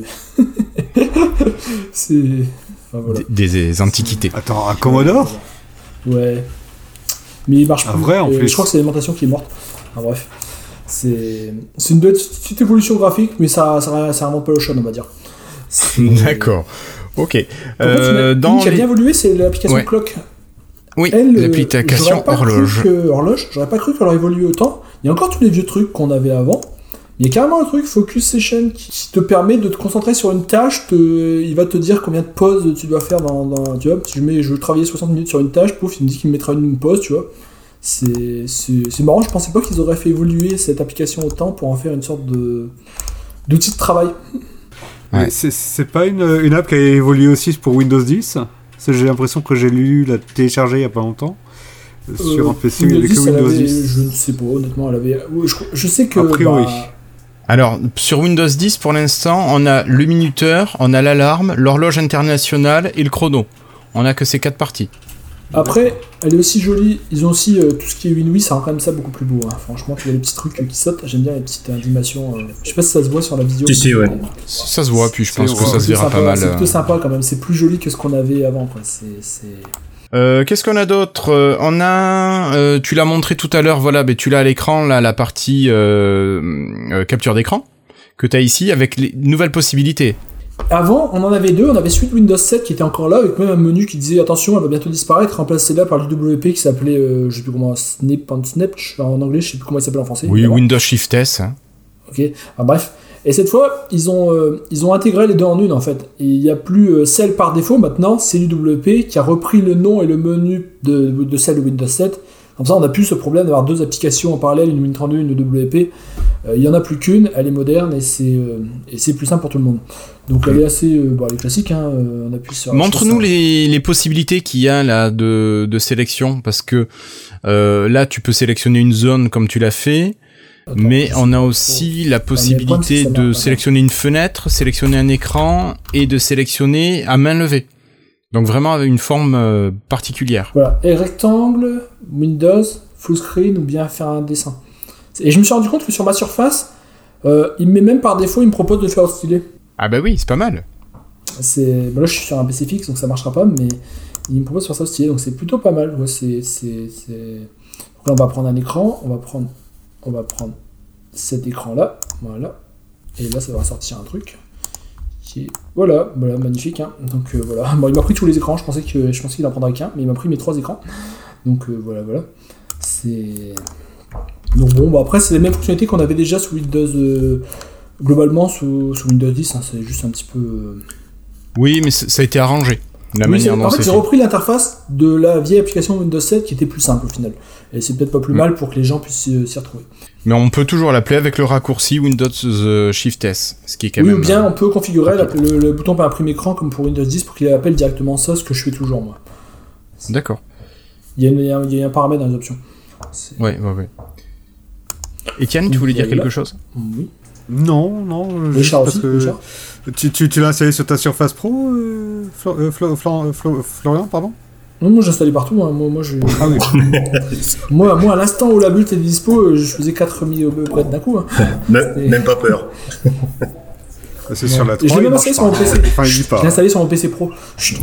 c'est... Enfin, voilà. Des antiquités. Attends, un Commodore ? Ouais. Mais il marche plus. Vrai, en plus. Je crois que c'est l'alimentation qui est morte. Enfin, bref. C'est une petite évolution graphique, mais ça remonte pas au on va dire. D'accord. Ok. Une qui a bien évolué, c'est l'application Clock. Oui, l'application horloge. J'aurais pas cru qu'elle aurait évolué autant. Il y a encore tous les vieux trucs qu'on avait avant. Il y a carrément un truc, Focus Session, qui te permet de te concentrer sur une tâche. Il va te dire combien de pauses tu dois faire tu vois, si je veux travailler 60 minutes sur une tâche, pouf, il me dit qu'il me mettra une pause, tu vois. C'est marrant, je pensais pas qu'ils auraient fait évoluer cette application autant pour en faire une sorte d'outil de travail. Ouais. C'est pas une app qui a évolué aussi pour Windows 10 ? J'ai l'impression que j'ai la télécharger il y a pas longtemps. Sur un PC, il y avait que Windows 10. Je ne sais pas, honnêtement, elle avait... Je sais que... A priori. Alors, sur Windows 10, pour l'instant, on a le minuteur, on a l'alarme, l'horloge internationale et le chrono. On a que ces 4 parties. Après, elle est aussi jolie. Ils ont aussi tout ce qui est WinWi, ça rend quand même ça beaucoup plus beau. Hein. Franchement, tu vois les petits trucs qui sautent. J'aime bien les petites animations. Je sais pas si ça se voit sur la vidéo. Si, ouais. Ça se voit, puis je pense que ça se verra pas mal. C'est plutôt sympa quand même. C'est plus joli que ce qu'on avait avant, quoi. Qu'est-ce qu'on a d'autre ? On a, tu l'as montré tout à l'heure, voilà, mais tu l'as à l'écran, là, la partie capture d'écran que tu as ici avec les nouvelles possibilités. Avant, on en avait 2, on avait celui de Windows 7 qui était encore là, avec même un menu qui disait attention, elle va bientôt disparaître, remplacez-la par l'UWP qui s'appelait, je sais plus comment, Snip en anglais, je sais plus comment il s'appelle en français. Oui, évidemment. Windows Shift S. Hein. Ok, bref. Et cette fois, ils ont intégré les deux en une en fait. Et il n'y a plus celle par défaut maintenant, c'est l'UWP qui a repris le nom et le menu de celle de Windows 7. Comme ça, on n'a plus ce problème d'avoir 2 applications en parallèle, une Win32, une UWP. Il n'y en a plus qu'une, elle est moderne et c'est plus simple pour tout le monde. Donc elle est assez elle est classique. Hein, on appuie sur. Montre-nous les possibilités qu'il y a là de sélection, parce que là tu peux sélectionner une zone comme tu l'as fait. Attends, mais on a aussi la possibilité de sélectionner une fenêtre, sélectionner un écran et de sélectionner à main levée. Donc vraiment avec une forme particulière. Voilà, et rectangle, Windows, full screen ou bien faire un dessin. Et je me suis rendu compte que sur ma surface, il me met même par défaut, il me propose de le faire styler. Ah bah oui, c'est pas mal. Là je suis sur un PC fixe donc ça marchera pas, mais il me propose de faire ça styler, donc c'est plutôt pas mal. Ouais, donc là on va prendre un écran, on va prendre cet écran là, voilà, et là ça va sortir un truc qui est voilà magnifique, hein. Donc voilà, bon, il m'a pris tous les écrans, je pensais qu'il en prendrait qu'un, mais il m'a pris mes 3 écrans, donc voilà, donc bon, après c'est les mêmes fonctionnalités qu'on avait déjà sous Windows, globalement sous Windows 10, hein, c'est juste un petit peu... Oui, mais ça a été arrangé. En fait, j'ai repris l'interface de la vieille application Windows 7 qui était plus simple au final. Et c'est peut-être pas plus mal pour que les gens puissent s'y retrouver. Mais on peut toujours l'appeler avec le raccourci Windows Shift S, ce qui est quand même... Oui, ou bien on peut configurer le bouton par imprimer écran comme pour Windows 10 pour qu'il appelle directement ça, ce que je fais toujours moi. D'accord. Il y a un paramètre dans les options. Ouais. Étienne, tu voulais dire quelque chose ? Oui. Non. Richard parce aussi, que Richard. Tu l'as installé sur ta Surface Pro, Florian, pardon ? Non, moi j'installais partout, hein. Moi je... Ah oui. moi à l'instant où la bulle était dispo, je faisais 4000 upgrades d'un coup. Hein. Même pas peur. C'est sur la 3. Je l'ai même installé sur mon PC. Enfin, il dit pas. Je l'ai installé sur mon PC Pro.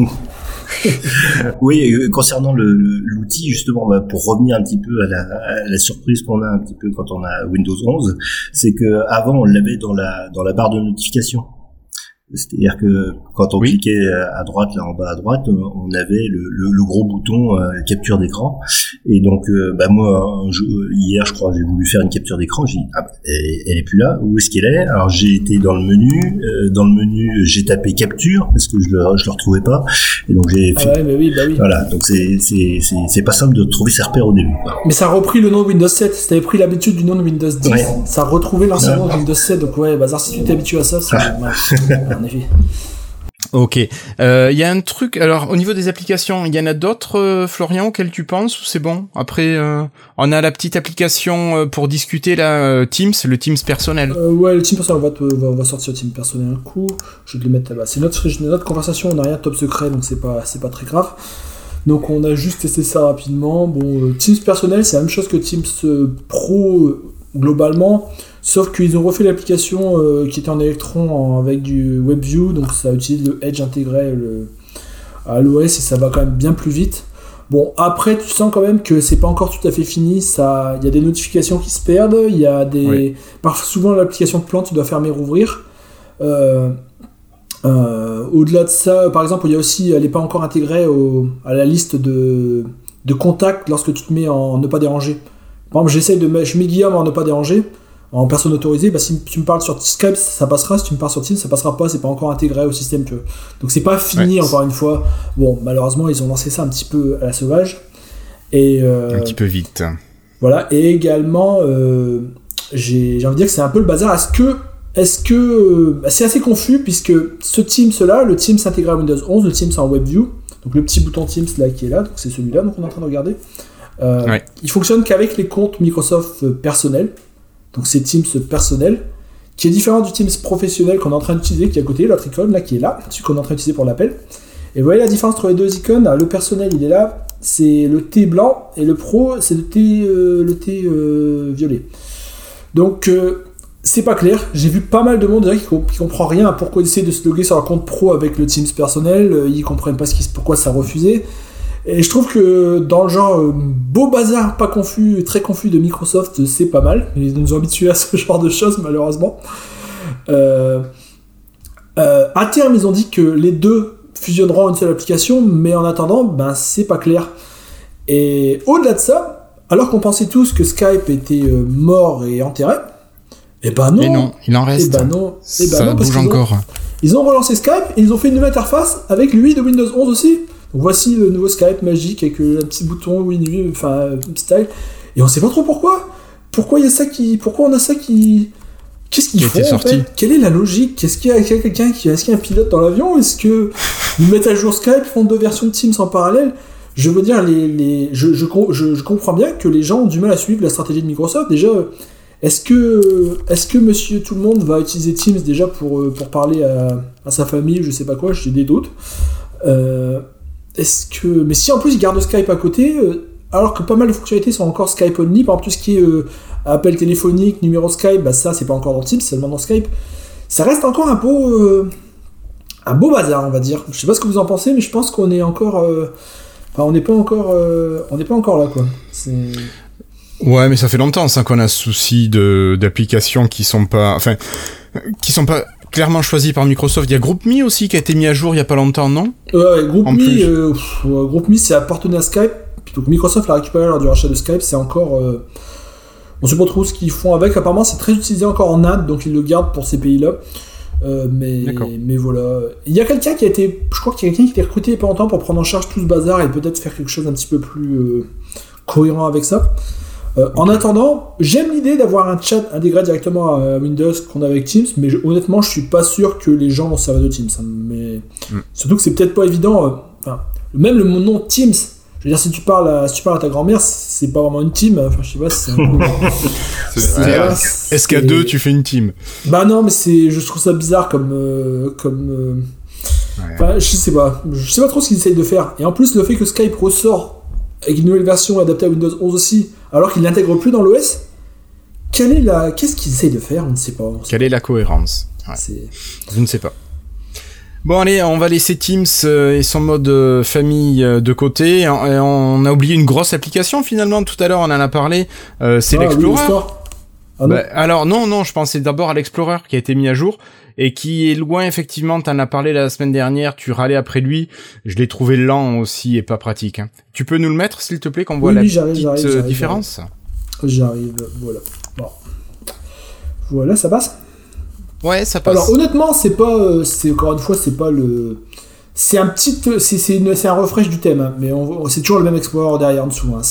Oui, concernant l'outil, justement, pour revenir un petit peu à la surprise qu'on a un petit peu quand on a Windows 11, c'est que avant on l'avait dans la barre de notification. C'est-à-dire que quand on cliquait à droite, là en bas à droite, on avait le gros bouton capture d'écran. Et donc, moi, hier, je crois, j'ai voulu faire une capture d'écran. J'ai dit, elle est plus là. Où est-ce qu'elle est? Alors, j'ai été dans le menu. Dans le menu, j'ai tapé capture parce que je le retrouvais pas. Et donc, j'ai fait. Ouais, mais oui, bah oui. Voilà. Donc, c'est pas simple de trouver ses repères au début. Mais ça a repris le nom de Windows 7. Si t'avais pris l'habitude du nom de Windows 10, ça a retrouvé l'ancien nom de Windows 7. Donc, ouais, bazar, si tu t'es habitué à ça, c'est. En effet. Ok. Il y a un truc. Alors, au niveau des applications, il y en a d'autres, Florian, auxquelles tu penses ou c'est bon? Après, on a la petite application pour discuter là, Teams, le Teams personnel. Ouais, le Teams personnel, on va sortir le Teams personnel un coup. Je vais te le mettre là-bas. C'est notre conversation. On n'a rien de top secret, donc c'est pas très grave. Donc, on a juste testé ça rapidement. Bon, Teams personnel, c'est la même chose que Teams Pro globalement. Sauf qu'ils ont refait l'application qui était en Electron avec du WebView, donc ça utilise le Edge intégré à l'OS et ça va quand même bien plus vite. Bon, après tu sens quand même que c'est pas encore tout à fait fini, il y a des notifications qui se perdent, il y a des... Souvent l'application de plante, tu dois fermer, rouvrir. Au-delà de ça, par exemple, il y a aussi, elle n'est pas encore intégrée à la liste de contacts lorsque tu te mets en ne pas déranger. Par exemple, je mets Guillaume en ne pas déranger. En personne autorisée, si tu me parles sur Skype, ça passera. Si tu me parles sur Teams, ça passera pas. C'est pas encore intégré au système, tu vois. Donc c'est pas fini, encore une fois. Bon, malheureusement, ils ont lancé ça un petit peu à la sauvage. Et un petit peu vite. Voilà. Et également, j'ai envie de dire que c'est un peu le bazar. Est-ce que c'est assez confus puisque ce Teams-là, le Teams intégré à Windows 11, le Teams en WebView, donc le petit bouton Teams là qui est là, donc c'est celui-là, donc on est en train de regarder. Il fonctionne qu'avec les comptes Microsoft personnels. Donc c'est Teams personnel, qui est différent du Teams professionnel qu'on est en train d'utiliser, qui est à côté, l'autre icône là, qui est là, celui qu'on est en train d'utiliser pour l'appel. Et vous voyez la différence entre les deux icônes, le personnel il est là, c'est le T blanc, et le pro c'est le T violet. Donc c'est pas clair, j'ai vu pas mal de monde déjà qui comprend rien à pourquoi ils essaient de se loguer sur un compte pro avec le Teams personnel, ils comprennent pas pourquoi ça a refusé. Et je trouve que dans le genre beau bazar, pas confus, très confus de Microsoft, c'est pas mal. Ils nous ont habitués à ce genre de choses, malheureusement. À terme, ils ont dit que les deux fusionneront en une seule application, mais en attendant, c'est pas clair. Et au-delà de ça, alors qu'on pensait tous que Skype était mort et enterré, non. Et non, il en reste. Ça bouge encore. Ils ont relancé Skype et ils ont fait une nouvelle interface avec lui de Windows 11 aussi. Donc voici le nouveau Skype magique avec un petit bouton style. Et on sait pas trop pourquoi. Pourquoi on a ça qui... Qu'est-ce qu'ils font en fait ? Quelle est la logique ? Est-ce qu'il y a quelqu'un est-ce qu'il y a un pilote dans l'avion ? Est-ce que ils mettent à jour Skype, font 2 versions de Teams en parallèle ? Je veux dire, je comprends bien que les gens ont du mal à suivre la stratégie de Microsoft. Déjà, est-ce que monsieur tout le monde va utiliser Teams déjà pour parler à sa famille, je sais pas quoi, j'ai des doutes. Mais si en plus ils gardent Skype à côté, alors que pas mal de fonctionnalités sont encore Skype only, par exemple tout ce qui est appel téléphonique, numéro Skype, ça c'est pas encore dans Teams, c'est seulement dans Skype. Ça reste encore un beau bazar, on va dire. Je sais pas ce que vous en pensez, mais je pense qu'on est encore, on n'est pas encore là, quoi. Ouais, mais ça fait longtemps qu'on a souci d'applications qui sont pas clairement choisi par Microsoft. Il y a GroupMe aussi qui a été mis à jour il y a pas longtemps, non ? GroupMe, c'est appartenait à Skype. Donc Microsoft l'a récupéré lors du rachat de Skype. C'est encore... on sait pas trop ce qu'ils font avec. Apparemment, c'est très utilisé encore en Inde, donc ils le gardent pour ces pays-là. Mais voilà. Il y a quelqu'un qui a été... Je crois qu'il y a quelqu'un qui a été recruté il y a pas longtemps pour prendre en charge tout ce bazar et peut-être faire quelque chose un petit peu plus cohérent avec ça. En attendant, j'aime l'idée d'avoir un chat intégré directement à Windows qu'on a avec Teams, mais honnêtement, je suis pas sûr que les gens vont se servir de Teams. Surtout que c'est peut-être pas évident. Même le nom Teams, je veux dire, si tu parles à ta grand-mère, c'est pas vraiment une team. Enfin, je sais pas si c'est un peu... Est-ce qu'à deux, tu fais une team ? Non, mais je trouve ça bizarre comme. Enfin, je sais pas trop ce qu'ils essayent de faire. Et en plus, le fait que Skype ressort avec une nouvelle version adaptée à Windows 11 aussi, alors qu'il l'intègre plus dans l'OS, qu'est-ce qu'ils essayent de faire ? On ne sait pas. Quelle est la cohérence ? Je ne sais pas. Bon, allez, on va laisser Teams et son mode famille de côté. Et on a oublié une grosse application finalement. Tout à l'heure, on en a parlé. C'est l'Explorer. Ah non alors non, je pensais d'abord à l'Explorer qui a été mis à jour et qui est loin, effectivement, t'en as parlé la semaine dernière, tu râlais après lui, je l'ai trouvé lent aussi et pas pratique. Hein. Tu peux nous le mettre, s'il te plaît, qu'on voit j'arrive, différence ? J'arrive, voilà. Bon. Voilà, ça passe ? Ouais, ça passe. Alors honnêtement, c'est encore une fois, c'est pas le... C'est un refresh du thème, hein, mais c'est toujours le même Explorer derrière en dessous. Hein.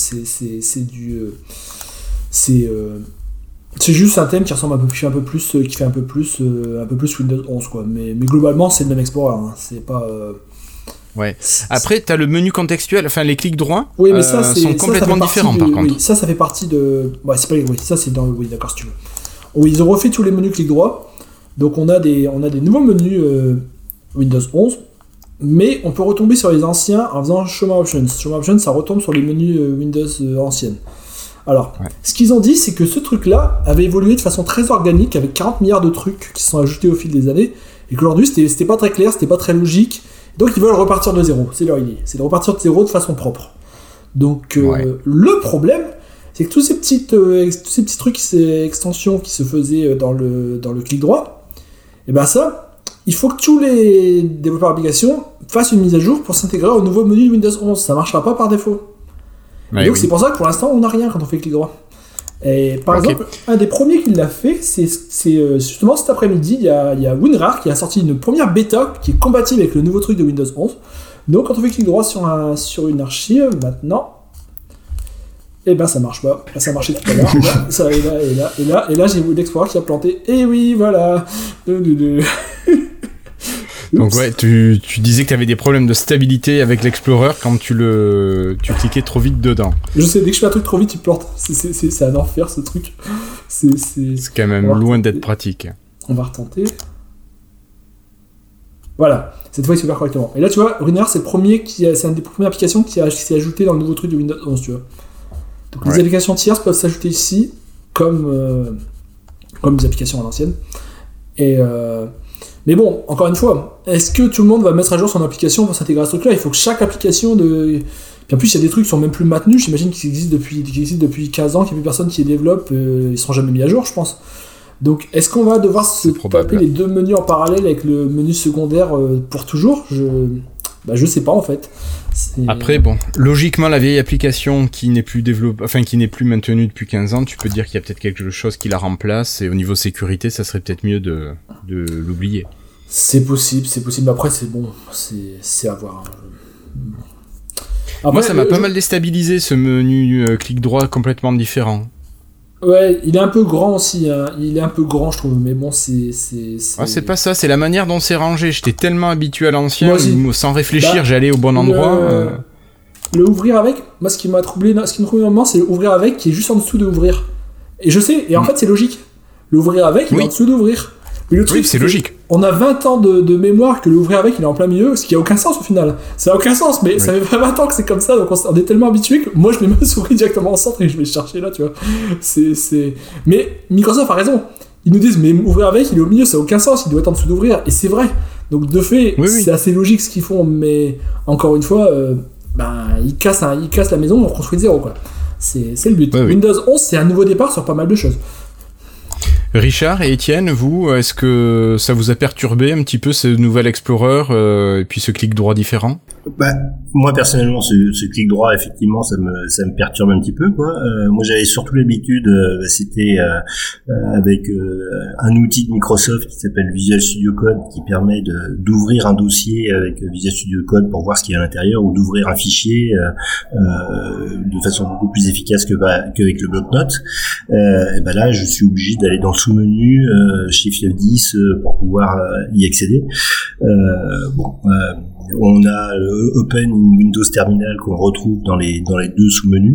C'est juste un thème qui ressemble qui fait un peu plus Windows 11 quoi. Mais globalement, c'est le même Explorer. Hein. C'est pas. Ouais. Après, t'as le menu contextuel, enfin les clics droits. Oui, mais ça sont complètement différents par contre. Oui, ça fait partie de. Ouais, c'est pas. Oui, ça c'est dans. Oui, d'accord, si tu veux. Oui, ils ont refait tous les menus clics droits. Donc on a des nouveaux menus Windows 11. Mais on peut retomber sur les anciens en faisant Show My Options. Show My Options, ça retombe sur les menus Windows anciennes. Alors, Ce qu'ils ont dit, c'est que ce truc-là avait évolué de façon très organique, avec 40 milliards de trucs qui sont ajoutés au fil des années, et qu'aujourd'hui, c'était pas très clair, c'était pas très logique, donc ils veulent repartir de zéro. C'est leur idée, c'est de repartir de zéro de façon propre. Donc, le problème, c'est que tous ces petits trucs, ces extensions qui se faisaient dans le clic droit, et ben ça... Il faut que tous les développeurs d'applications fassent une mise à jour pour s'intégrer au nouveau menu de Windows 11. Ça ne marchera pas par défaut. Donc c'est pour ça que pour l'instant, on n'a rien quand on fait clic droit. Et par exemple, un des premiers qui l'a fait, c'est justement cet après-midi, il y a WinRAR qui a sorti une première bêta qui est compatible avec le nouveau truc de Windows 11. Donc quand on fait clic droit sur une archive, maintenant... Et ben ça marche pas. Ça marchait tout à l'heure. Et là j'ai l'Explorer qui a planté. Et oui, voilà. Donc ouais, tu disais que tu avais des problèmes de stabilité avec l'Explorer quand tu cliquais trop vite dedans. Je sais, dès que je fais un truc trop vite, il plante. C'est un enfer ce truc. C'est quand même loin d'être pratique. On va retenter. Voilà, cette fois il se fait correctement. Et là tu vois, WinRAR c'est une des premières applications qui s'est ajoutée dans le nouveau truc de Windows 11, tu vois. Donc les applications tierces peuvent s'ajouter ici comme des applications à l'ancienne. Mais bon, encore une fois, est-ce que tout le monde va mettre à jour son application pour s'intégrer à ce truc-là ? Il faut que chaque application Puis en plus, il y a des trucs qui sont même plus maintenus. J'imagine qu'ils existent depuis 15 ans, qu'il n'y a plus personne qui les développe. Ils seront jamais mis à jour, je pense. Donc, est-ce qu'on va devoir se taper les deux menus en parallèle avec le menu secondaire pour toujours ? Je sais pas en fait. Après, bon, logiquement, la vieille application qui n'est plus qui n'est plus maintenue depuis 15 ans, tu peux dire qu'il y a peut-être quelque chose qui la remplace, et au niveau sécurité, ça serait peut-être mieux de l'oublier. C'est possible. Après, c'est bon, c'est à voir. Après, moi, ça m'a pas mal déstabilisé, ce menu clic droit complètement différent. Ouais, il est un peu grand aussi, hein. Il est un peu grand, je trouve, mais bon, c'est... Ah, c'est pas ça, c'est la manière dont c'est rangé. J'étais tellement habitué à l'ancien, où, sans réfléchir, j'allais au bon endroit. Le ouvrir avec, moi, ce qui m'a troublé normalement, c'est le ouvrir avec qui est juste en dessous de ouvrir. Et je sais, et en fait, c'est logique. Le ouvrir avec, il est en dessous d'ouvrir. Mais le truc, c'est logique. On a 20 ans de mémoire que l'ouvrir avec, il est en plein milieu, ce qui a aucun sens au final. Ça a aucun sens, mais ça fait 20 ans que c'est comme ça, donc on est tellement habitué que moi je mets ma souris directement au centre et je vais chercher là, tu vois. Mais Microsoft a raison. Ils nous disent, mais ouvrir avec, il est au milieu, ça a aucun sens, il doit être en dessous d'ouvrir. Et c'est vrai. Donc de fait, c'est assez logique ce qu'ils font, mais encore une fois, ils cassent la maison, on reconstruit de zéro, quoi. C'est le but. Windows 11, c'est un nouveau départ sur pas mal de choses. Richard et Étienne, vous, est-ce que ça vous a perturbé un petit peu ce nouvel Explorer et puis ce clic droit différent ? Moi personnellement, ce clic droit, effectivement, ça me perturbe un petit peu, quoi. Moi, j'avais surtout l'habitude, c'était avec un outil de Microsoft qui s'appelle Visual Studio Code, qui permet d'ouvrir un dossier avec Visual Studio Code pour voir ce qu'il y a à l'intérieur, ou d'ouvrir un fichier de façon beaucoup plus efficace qu'avec le bloc-notes. Et là, je suis obligé d'aller dans le sous-menu Shift F10 pour pouvoir y accéder. On a Open in Windows Terminal qu'on retrouve dans les deux sous-menus.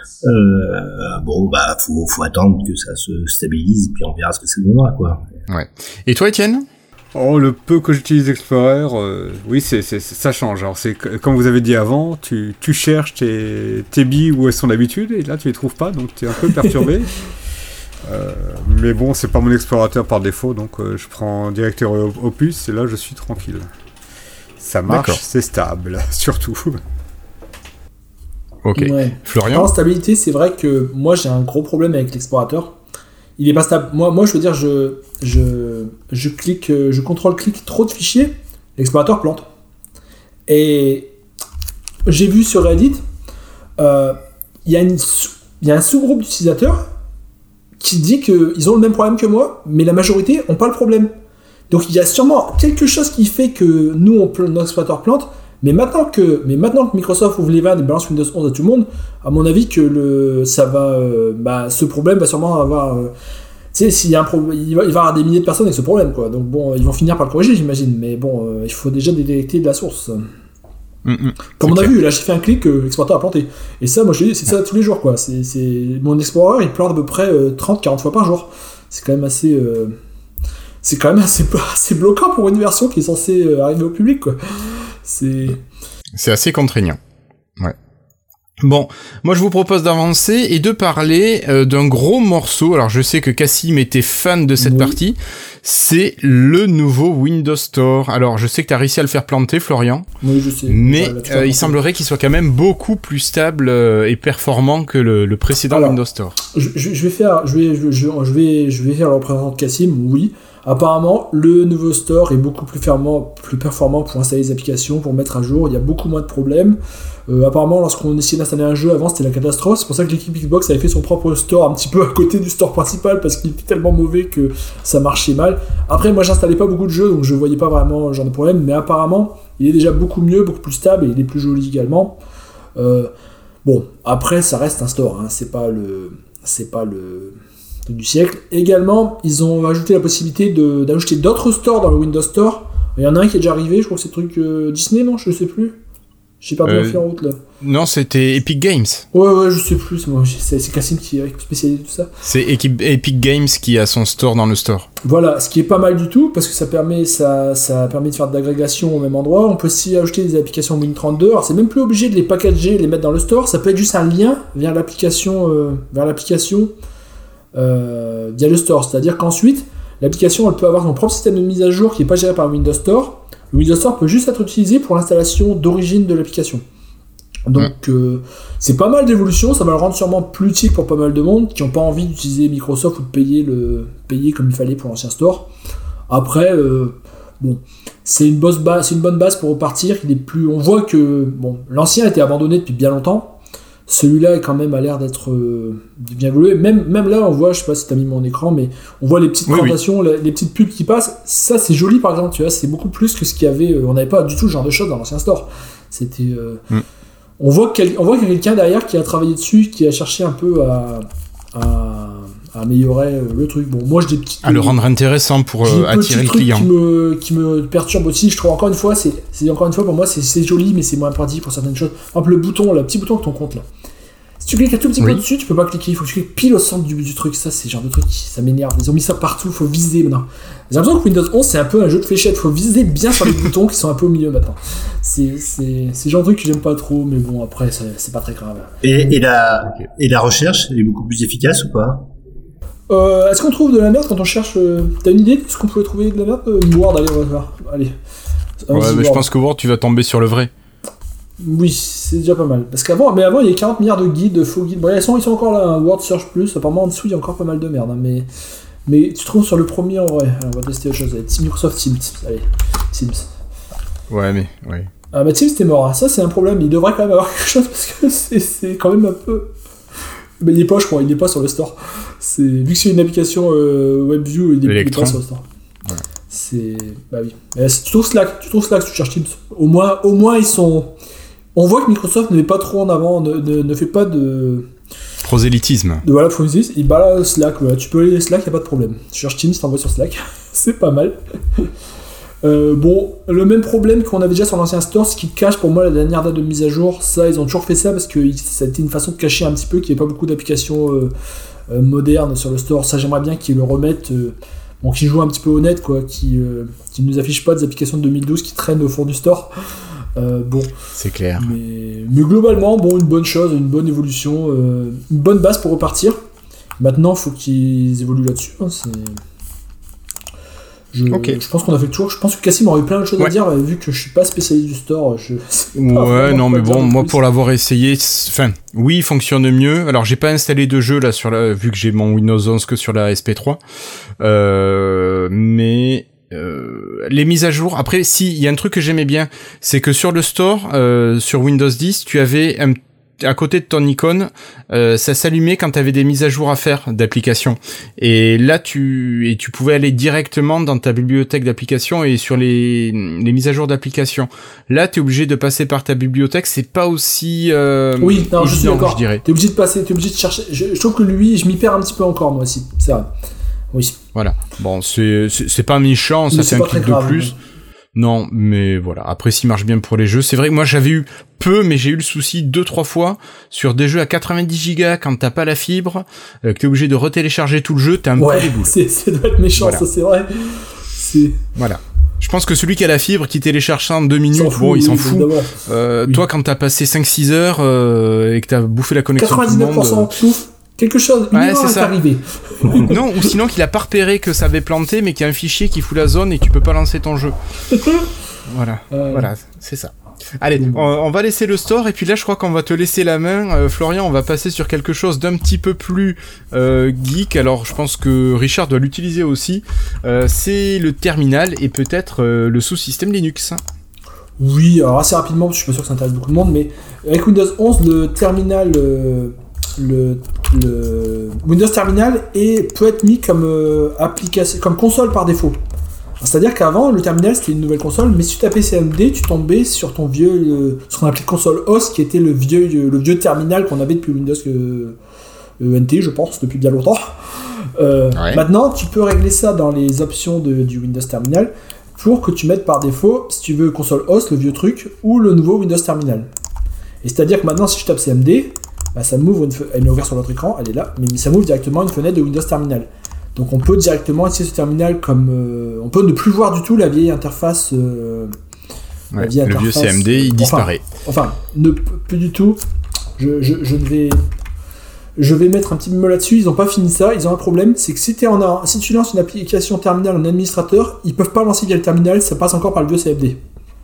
Faut attendre que ça se stabilise et puis on verra ce que ça donnera, quoi. Ouais. Et toi, Étienne ? Le peu que j'utilise Explorer, oui, ça change. Alors, c'est comme vous avez dit avant, tu cherches tes billes où elles sont d'habitude et là tu les trouves pas, donc tu es un peu perturbé. Mais bon, c'est pas mon explorateur par défaut, donc je prends directeur Opus et là je suis tranquille. Ça marche, c'est stable, surtout. Ok. Ouais. Florian ? En stabilité, c'est vrai que moi j'ai un gros problème avec l'explorateur. il est pas stable. Moi, je veux dire, je clique, je contrôle-clique trop de fichiers, l'explorateur plante. Et j'ai vu sur Reddit, il y a un sous-groupe d'utilisateurs qui dit qu'ils ont le même problème que moi, mais la majorité n'ont pas le problème. Donc il y a sûrement quelque chose qui fait que nous, notre explorateur plante, mais maintenant que Microsoft ouvre les vannes et balance Windows 11 à tout le monde, à mon avis que ce problème va sûrement avoir... tu sais, s'il y a un problème, il va y avoir des milliers de personnes avec ce problème, quoi. Donc bon, ils vont finir par le corriger, j'imagine, mais bon, il faut déjà détecter de la source. Comme on a vu, là j'ai fait un clic, l'explorateur a planté. Et ça, moi je dis, c'est ça tous les jours, quoi. Mon Explorer, il plante à peu près 30-40 fois par jour. C'est quand même assez... assez bloquant pour une version qui est censée arriver au public, quoi. C'est assez contraignant. Ouais. Bon, moi je vous propose d'avancer et de parler d'un gros morceau. Alors je sais que Cassim était fan de cette partie. C'est le nouveau Windows Store. Alors je sais que t'as réussi à le faire planter, Florian. Oui, je sais. Mais il semblerait qu'il soit quand même beaucoup plus stable et performant que le précédent Windows Store. Je vais faire le représentant de Cassim, oui. Apparemment, le nouveau store est beaucoup plus performant pour installer les applications, pour mettre à jour, il y a beaucoup moins de problèmes. Apparemment, lorsqu'on essayait d'installer un jeu avant, c'était la catastrophe. C'est pour ça que l'équipe Xbox avait fait son propre store un petit peu à côté du store principal, parce qu'il était tellement mauvais que ça marchait mal. Après, moi j'installais pas beaucoup de jeux, donc je voyais pas vraiment le genre de problème, mais apparemment, il est déjà beaucoup mieux, beaucoup plus stable, et il est plus joli également. Bon, après, ça reste un store, hein. C'est pas le du siècle. Également, ils ont ajouté la possibilité d'ajouter d'autres stores dans le Windows Store. Il y en a un qui est déjà arrivé, je crois que c'est le truc Disney, non? Je sais plus. J'ai perdu la fille en route, là. Non, c'était Epic Games. Ouais, je sais plus. C'est Cassim qui est spécialisé tout ça. C'est Epic Games qui a son store dans le store. Voilà, ce qui est pas mal du tout, parce que ça permet de faire de l'agrégation au même endroit. On peut aussi ajouter des applications Win32. Alors, c'est même plus obligé de les packager et les mettre dans le store. Ça peut être juste un lien vers l'application via le store, c'est-à-dire qu'ensuite l'application elle peut avoir son propre système de mise à jour qui n'est pas géré par Windows Store. Le Windows Store peut juste être utilisé pour l'installation d'origine de l'application. Donc c'est pas mal d'évolution, ça va le rendre sûrement plus utile pour pas mal de monde qui n'ont pas envie d'utiliser Microsoft ou de payer comme il fallait pour l'ancien store. Après c'est une bonne base pour repartir. On voit que l'ancien a été abandonné depuis bien longtemps. Celui-là quand même a l'air d'être bien évolué. Même là, on voit, je sais pas si t'as mis mon écran, mais on voit les petites présentations, les petites pubs qui passent. Ça, c'est joli, par exemple, tu vois, c'est beaucoup plus que ce qu'il y avait. On n'avait pas du tout ce genre de choses dans l'ancien store. C'était. On voit qu'il y a quelqu'un derrière qui a travaillé dessus, qui a cherché un peu à améliorer le truc. Bon, moi, j'ai des petites. À le rendre intéressant pour attirer le client. Qui me perturbe aussi. Je trouve encore une fois pour moi, c'est joli, mais c'est moins pratique pour certaines choses. Par exemple, le petit bouton de ton compte là. Si tu cliques un tout petit peu dessus, tu peux pas cliquer. Il faut que tu cliques pile au centre du truc. Ça, c'est le genre de truc ça m'énerve. Ils ont mis ça partout. Faut viser maintenant. J'ai l'impression que Windows 11 c'est un peu un jeu de fléchettes. Faut viser bien sur les boutons qui sont un peu au milieu maintenant. C'est le genre de truc que j'aime pas trop, mais bon après c'est pas très grave. Et la recherche elle est beaucoup plus efficace ou pas? Est-ce qu'on trouve de la merde quand on cherche T'as une idée de ce qu'on pouvait trouver de la merde? Word, allez, on va voir. Allez. Mais je pense que Word, tu vas tomber sur le vrai. Oui, c'est déjà pas mal. Parce qu'avant, il y a 40 milliards de guides, de faux guides. Bon, ils sont encore là, hein, Word Search Plus. Apparemment, en dessous, il y a encore pas mal de merde. Hein, mais tu trouves sur le premier en vrai. Alors, on va tester autre chose. Microsoft Teams. Allez, Teams. Ouais. Ah, Teams, t'es mort. Hein. Ça, c'est un problème. Il devrait quand même avoir quelque chose parce que c'est quand même un peu. Mais il est pas, je crois. Il est pas sur le store. Vu que c'est une application WebView, il est pas sur le store. Ouais. Bah oui. Tu trouves Slack si tu cherches Teams. Au moins, ils sont. On voit que Microsoft ne met pas trop en avant, ne fait pas de prosélytisme. Voilà, prosélytisme. Il balade Slack, voilà. Tu peux aller Slack, y a pas de problème. Tu cherches Teams, t'envoies sur Slack. C'est pas mal. Le même problème qu'on avait déjà sur l'ancien store, ce qui cache pour moi la dernière date de mise à jour, ça, ils ont toujours fait ça parce que ça a été une façon de cacher un petit peu qu'il n'y ait pas beaucoup d'applications modernes sur le store. Ça, j'aimerais bien qu'ils le remettent. Qu'ils jouent un petit peu honnête, quoi, qui nous affichent pas des applications de 2012 qui traînent au fond du store. C'est clair. Mais globalement, une bonne chose, une bonne évolution, une bonne base pour repartir. Maintenant, faut qu'ils évoluent là-dessus. Hein, Je pense qu'on a fait le tour. Je pense que Cassim aurait eu plein de choses à dire, vu que je suis pas spécialiste du store. Non, mais bon, moi pour l'avoir essayé, oui, il fonctionne mieux. Alors, j'ai pas installé de jeu là vu que j'ai mon Windows 11 que sur la SP3, mais les mises à jour. Après, si il y a un truc que j'aimais bien, c'est que sur le store, sur Windows 10, tu avais à côté de ton icône, ça s'allumait quand tu avais des mises à jour à faire d'applications. Et là, tu pouvais aller directement dans ta bibliothèque d'applications et sur les mises à jour d'applications. Là, tu es obligé de passer par ta bibliothèque. C'est pas aussi oui, non, je suis d'accord. Je dirais. T'es obligé de passer, t'es obligé de chercher. Je trouve que lui, je m'y perds un petit peu encore moi aussi. C'est vrai. Oui. Voilà. Bon, c'est pas méchant, ça fait un clic de plus. Non, mais voilà. Après, s'il marche bien pour les jeux, c'est vrai que moi j'avais eu mais j'ai eu le souci 2-3 fois sur des jeux à 90 Go quand t'as pas la fibre, que t'es obligé de retélécharger tout le jeu, t'as un peu les boules. Ça doit être méchant, voilà. Ça c'est vrai. Voilà. Je pense que celui qui a la fibre, qui télécharge ça en 2 minutes, il s'en fout. Toi, quand t'as passé 5-6 heures et que t'as bouffé la connexion 99% tout le monde, quelque chose, une erreur est arrivée. Non, ou sinon qu'il a pas repéré que ça avait planté, mais qu'il y a un fichier qui fout la zone et que tu peux pas lancer ton jeu. Voilà, c'est ça. Allez, on va laisser le store, et puis là je crois qu'on va te laisser la main, Florian. On va passer sur quelque chose d'un petit peu plus geek. Alors je pense que Richard doit l'utiliser aussi. C'est le terminal et peut-être le sous-système Linux. Oui, alors assez rapidement, parce que je suis pas sûr que ça intéresse beaucoup de monde, mais avec Windows 11, le terminal... Le Windows Terminal peut être mis comme application, comme console par défaut. C'est-à-dire qu'avant, le terminal c'était une nouvelle console, mais si tu tapais CMD, tu tombais sur ton vieux, ce qu'on appelait console OS, qui était le vieux terminal qu'on avait depuis Windows NT, je pense, depuis bien longtemps. Maintenant, tu peux régler ça dans les options du Windows Terminal pour que tu mettes par défaut, si tu veux, console OS, le vieux truc, ou le nouveau Windows Terminal. Et c'est-à-dire que maintenant, si je tape CMD, ça m'ouvre elle est ouverte sur l'autre écran, elle est là, mais ça m'ouvre directement une fenêtre de Windows Terminal. Donc on peut directement utiliser ce terminal comme... on peut ne plus voir du tout la vieille interface... le vieux CMD, il disparaît. Enfin, plus du tout. Je vais mettre un petit bémol là-dessus, ils n'ont pas fini ça, ils ont un problème, c'est que si tu lances une application terminal en administrateur, ils peuvent pas lancer via le terminal, ça passe encore par le vieux CMD.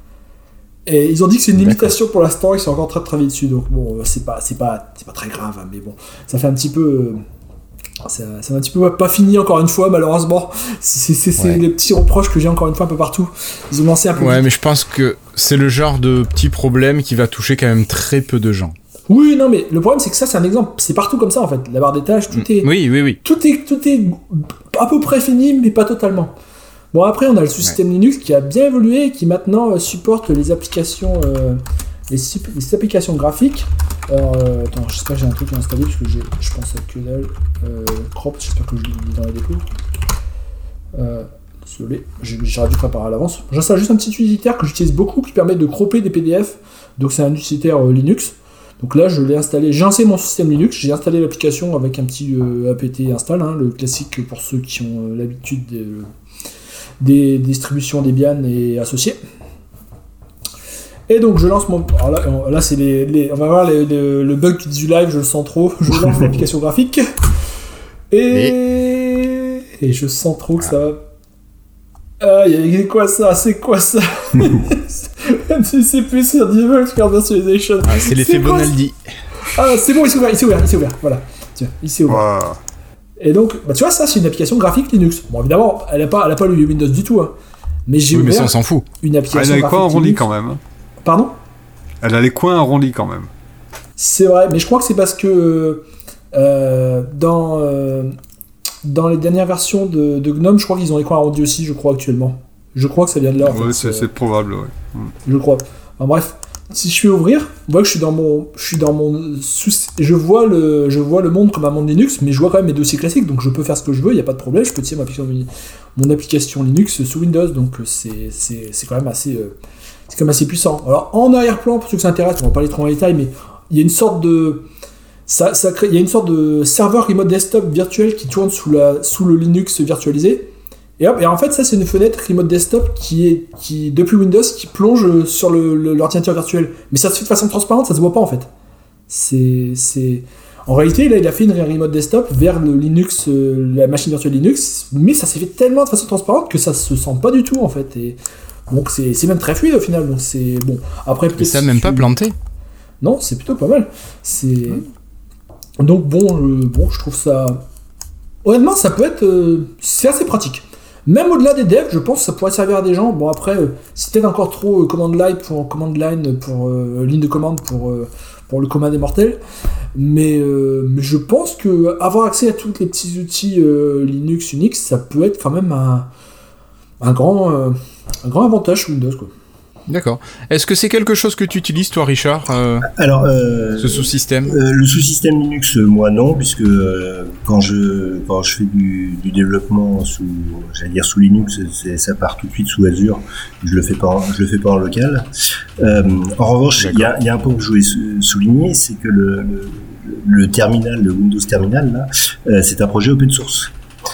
Et ils ont dit que c'est une limitation pour l'instant, ils sont encore en train de travailler dessus, donc bon, c'est pas très grave, hein, mais bon, ça fait un petit peu... c'est un petit peu pas fini encore une fois, malheureusement. C'est les petits reproches que j'ai encore une fois un peu partout. Ils ont lancé un peu vite. Mais je pense que c'est le genre de petit problème qui va toucher quand même très peu de gens. Oui, non, mais le problème c'est que ça, c'est un exemple. C'est partout comme ça en fait. La barre des tâches, tout est... Oui. Tout est à peu près fini, mais pas totalement. Bon, après, on a le sous-système Linux qui a bien évolué et qui maintenant supporte les applications... les applications graphiques. Alors, attends, j'espère que j'ai un truc à installer parce que je pense à que dalle. Crop, j'espère que je l'ai mis dans la déco. Désolé, j'aurais dû préparer à l'avance. J'installe juste un petit utilitaire que j'utilise beaucoup qui permet de cropper des PDF. Donc, c'est un utilitaire Linux. Donc là, je l'ai installé. J'ai lancé mon système Linux. J'ai installé l'application avec un petit apt install, hein, le classique pour ceux qui ont l'habitude des distributions Debian et associés. Et donc je lance mon... Alors là c'est on va voir le bug du live, je le sens trop. Je lance l'application graphique. Et je sens trop que ça va... c'est quoi ça? C'est plus sur Default Virtualization. C'est l'effet Bonaldi. C'est bon, il s'est ouvert. Voilà. Tiens, il s'est ouvert. Wow. Et donc, tu vois, ça c'est une application graphique Linux. Bon, évidemment, elle a pas le Windows du tout. Hein. Mais j'ai ouvert mais ça, on s'en fout. Une application graphique. Elle a les coins arrondis quand même. Pardon ? Elle a les coins arrondis quand même. C'est vrai, mais je crois que c'est parce que dans les dernières versions de GNOME, je crois qu'ils ont les coins arrondis aussi, je crois actuellement. Je crois que ça vient de là. Oui, c'est probable, oui. Je crois. Enfin, bref, si je fais ouvrir, on voit que je vois le monde comme un monde Linux, mais je vois quand même mes dossiers classiques, donc je peux faire ce que je veux, il n'y a pas de problème, je peux tirer mon application Linux sous Windows, donc c'est quand même assez... c'est quand même assez puissant. Alors, en arrière-plan, pour ceux que ça intéresse, on va pas aller trop en détail, mais il y a une sorte de... il y a une sorte de serveur remote desktop virtuel qui tourne sous le Linux virtualisé. Et en fait, ça, c'est une fenêtre remote desktop qui depuis Windows, qui plonge sur l'ordinateur virtuel. Mais ça se fait de façon transparente, ça se voit pas, en fait. En réalité, là, il a fait une remote desktop vers le Linux, la machine virtuelle Linux, mais ça s'est fait tellement de façon transparente que ça se sent pas du tout en fait. Et donc c'est même très fluide au final. Donc c'est bon. Après peut-être. Mais ça même pas planté. Non, c'est plutôt pas mal. Donc bon, je trouve ça. Honnêtement, ça peut être, c'est assez pratique. Même au-delà des devs, je pense que ça pourrait servir à des gens. Bon après, c'est peut-être encore trop command line pour ligne de commande pour le commun des mortels. Mais je pense que avoir accès à tous les petits outils Linux, Unix, ça peut être quand même un grand avantage sur Windows, quoi. D'accord. Est-ce que c'est quelque chose que tu utilises, toi, Richard, Alors, ce sous-système le sous-système Linux, moi non, puisque quand je fais du développement sous Linux, ça part tout de suite sous Azure. Je le fais pas en local. En revanche, il y a un point que je voulais souligner, c'est que le terminal, le Windows Terminal, là, c'est un projet open source.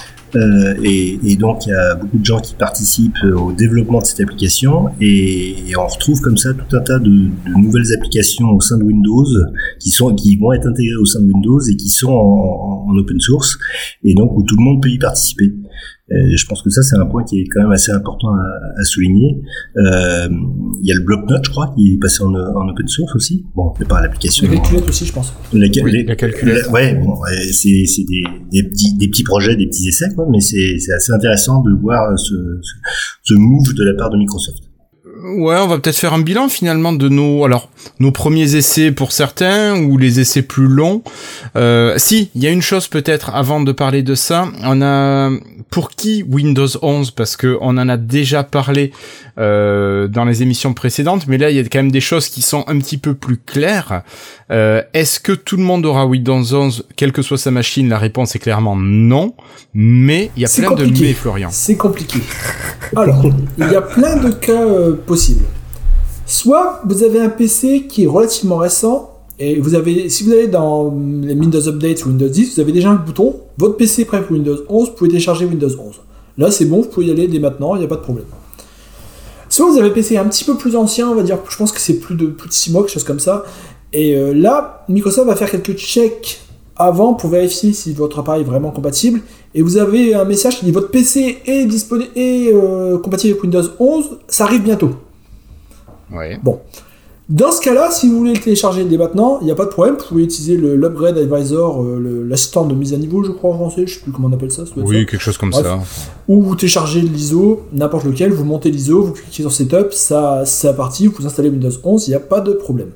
Et donc il y a beaucoup de gens qui participent au développement de cette application et on retrouve comme ça tout un tas de nouvelles applications au sein de Windows qui vont être intégrées au sein de Windows et qui sont en open source et donc où tout le monde peut y participer. Je pense que ça c'est un point qui est quand même assez important à souligner. Il y a le bloc-notes, je crois, qui est passé en open source aussi. Bon, c'est pas l'application. La calculette aussi, je pense. La calculette. Ouais, bon, c'est des petits projets, des petits essais, quoi. Mais c'est assez intéressant de voir ce move de la part de Microsoft. Ouais, on va peut-être faire un bilan finalement de nos premiers essais pour certains ou les essais plus longs. Si, il y a une chose peut-être avant de parler de ça, on a pour qui Windows 11 parce que on en a déjà parlé dans les émissions précédentes, mais là il y a quand même des choses qui sont un petit peu plus claires. Est-ce que tout le monde aura Windows 11 quelle que soit sa machine? La réponse est clairement non, mais il y a plein de mais, Florian. C'est compliqué. Alors, il y a plein de cas possibles. Soit vous avez un PC qui est relativement récent et si vous allez dans les Windows Update ou Windows 10, vous avez déjà un bouton, votre PC est prêt pour Windows 11, vous pouvez télécharger Windows 11. Là c'est bon, vous pouvez y aller dès maintenant, il n'y a pas de problème. Soit vous avez un PC un petit peu plus ancien, on va dire, je pense que c'est plus de 6 mois, quelque chose comme ça, et là, Microsoft va faire quelques checks avant pour vérifier si votre appareil est vraiment compatible, et vous avez un message qui dit votre PC est disponible et compatible avec Windows 11, ça arrive bientôt. Ouais. Bon. Dans ce cas-là, si vous voulez le télécharger dès maintenant, il n'y a pas de problème, vous pouvez utiliser l'Upgrade Advisor, l'assistant de mise à niveau, je crois en français, je ne sais plus comment on appelle ça. Oui, quelque chose comme ça. Ou vous téléchargez l'ISO, n'importe lequel, vous montez l'ISO, vous cliquez sur Setup, ça c'est parti, vous installez Windows 11, il n'y a pas de problème.